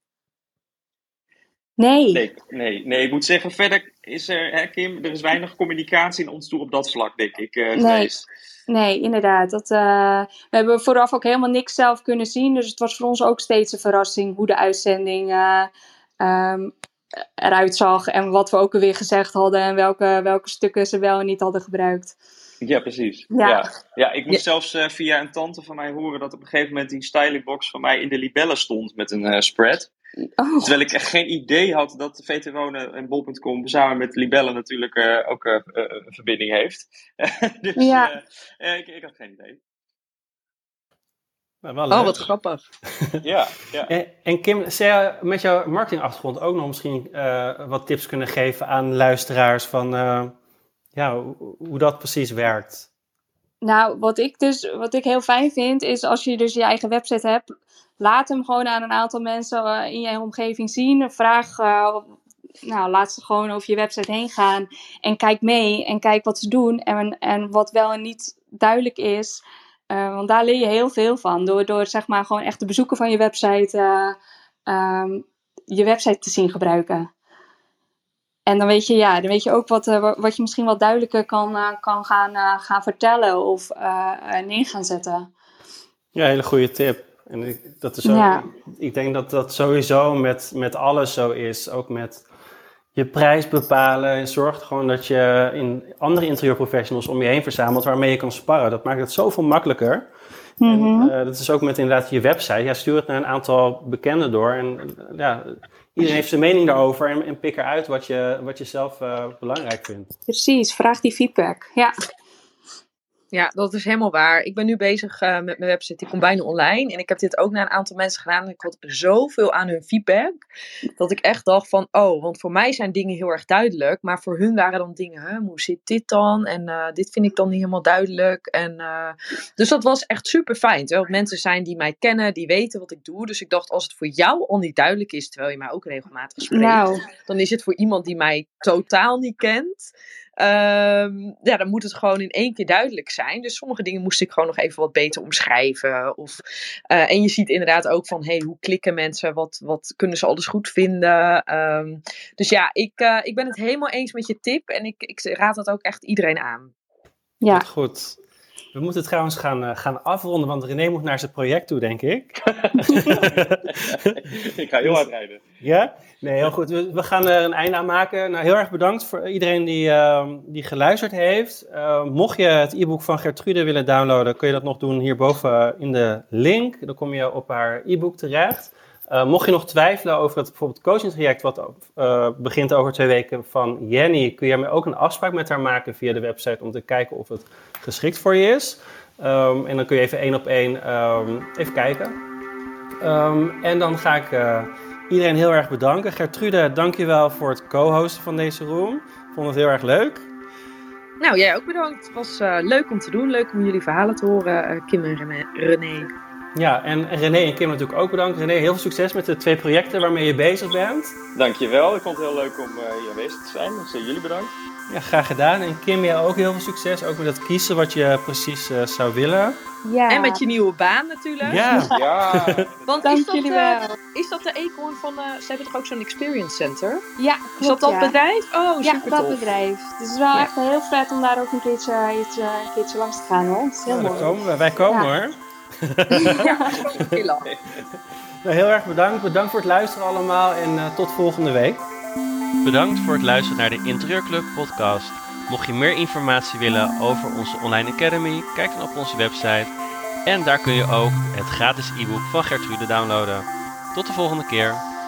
Nee. Nee, nee, nee, ik moet zeggen, verder is er, hè, Kim, er is weinig communicatie in ons toe op dat vlak, denk ik, uh, nee. geweest. Nee, inderdaad. Dat, uh, we hebben vooraf ook helemaal niks zelf kunnen zien. Dus het was voor ons ook steeds een verrassing hoe de uitzending uh, um, eruit zag. En wat we ook alweer gezegd hadden. En welke, welke stukken ze wel en niet hadden gebruikt. Ja, precies. Ja, ja. ja ik moest ja. zelfs uh, via een tante van mij horen dat op een gegeven moment die stylingbox van mij in de libellen stond met een uh, spread. Oh. Terwijl ik echt geen idee had dat V T Wonen en Bol punt com samen met libellen natuurlijk uh, ook uh, uh, een verbinding heeft. Dus ja. uh, uh, ik, ik had geen idee. Maar wel leuk. Oh, wat grappig. ja, ja. En, en Kim, zou je met jouw marketingachtergrond ook nog misschien uh, wat tips kunnen geven aan luisteraars van uh, ja, hoe, hoe dat precies werkt? Nou, wat ik dus wat ik heel fijn vind, is als je dus je eigen website hebt, laat hem gewoon aan een aantal mensen uh, in je omgeving zien. Vraag, uh, nou, laat ze gewoon over je website heen gaan en kijk mee en kijk wat ze doen en, en wat wel en niet duidelijk is. Uh, want daar leer je heel veel van. Door, door zeg maar gewoon echt de bezoeker van je website, uh, um, je website te zien gebruiken. En dan weet je, ja, dan weet je ook wat, uh, wat je misschien wat duidelijker kan, uh, kan gaan, uh, gaan vertellen of uh, neer gaan zetten. Ja, hele goede tip. En ik, dat is ook, ja. ik denk dat dat sowieso met, met alles zo is. Ook met je prijs bepalen. Zorg gewoon dat je in andere interieurprofessionals om je heen verzamelt waarmee je kan sparren. Dat maakt het zoveel makkelijker. Mm-hmm. En uh, dat is ook met inderdaad je website. Ja, stuur het naar een aantal bekenden door. En uh, ja, iedereen heeft zijn mening daarover. En, en pik eruit wat je, wat je zelf uh, belangrijk vindt. Precies, vraag die feedback. Ja. Ja, dat is helemaal waar. Ik ben nu bezig uh, met mijn website, die komt bijna online. En ik heb dit ook naar een aantal mensen gedaan. En ik had zoveel aan hun feedback. Dat ik echt dacht van, oh, want voor mij zijn dingen heel erg duidelijk. Maar voor hun waren dan dingen, hè, hoe zit dit dan? En uh, dit vind ik dan niet helemaal duidelijk. En, uh, dus dat was echt super fijn. Terwijl het mensen zijn die mij kennen, die weten wat ik doe. Dus ik dacht, als het voor jou al niet duidelijk is, terwijl je mij ook regelmatig spreekt. Nou. Dan is het voor iemand die mij totaal niet kent. Um, ja, dan moet het gewoon in één keer duidelijk zijn. Dus sommige dingen moest ik gewoon nog even wat beter omschrijven. Of, uh, en je ziet inderdaad ook van, hey, hoe klikken mensen? Wat, wat kunnen ze alles goed vinden? Um, dus ja, ik, uh, ik ben het helemaal eens met je tip. En ik, ik raad dat ook echt iedereen aan. Ja. Wat goed. We moeten trouwens gaan, uh, gaan afronden, want René moet naar zijn project toe, denk ik. Ik ga heel hard rijden. Ja? Nee, heel goed. We, we gaan er een einde aan maken. Nou, heel erg bedankt voor iedereen die, uh, die geluisterd heeft. Uh, mocht je het e-book van Gertrude willen downloaden, kun je dat nog doen hierboven in de link. Dan kom je op haar e-book terecht. Uh, mocht je nog twijfelen over het bijvoorbeeld coachingstraject wat uh, begint over twee weken van Jenny, kun je ook een afspraak met haar maken via de website om te kijken of het geschikt voor je is. Um, en dan kun je even één op één um, even kijken. Um, en dan ga ik uh, iedereen heel erg bedanken. Gertrude, dankjewel voor het co-hosten van deze room. Ik vond het heel erg leuk. Nou, jij ook bedankt. Het was uh, leuk om te doen. Leuk om jullie verhalen te horen, uh, Kim en René. René. Ja, en René en Kim natuurlijk ook bedankt. René, heel veel succes met de twee projecten waarmee je bezig bent. Dankjewel, ik vond het heel leuk om uh, hier aanwezig te zijn. Dus uh, jullie bedankt. Ja, graag gedaan. En Kim, jij ook heel veel succes. Ook met het kiezen wat je precies uh, zou willen. Ja. En met je nieuwe baan natuurlijk. Ja. Ja. Want Dank is dat, jullie uh, wel. is dat de Eekhoorn van... Uh, ze hebben toch ook zo'n experience center? Ja, Is dat klopt, dat ja. bedrijf? Oh, Ja, super dat tof. bedrijf. Dus het is wel Ja. echt heel vet om daar ook een keertje, iets, uh, een keertje langs te gaan, hoor. Het is heel Nou, mooi. daar komen we. Wij komen Ja. hoor. Ja, heel lang. Nou, heel erg bedankt. Bedankt voor het luisteren allemaal en uh, tot volgende week. Bedankt voor het luisteren naar de Interieurclub podcast. Mocht je meer informatie willen over onze online academy, kijk dan op onze website. En daar kun je ook het gratis e-book van Gertrude downloaden. Tot de volgende keer.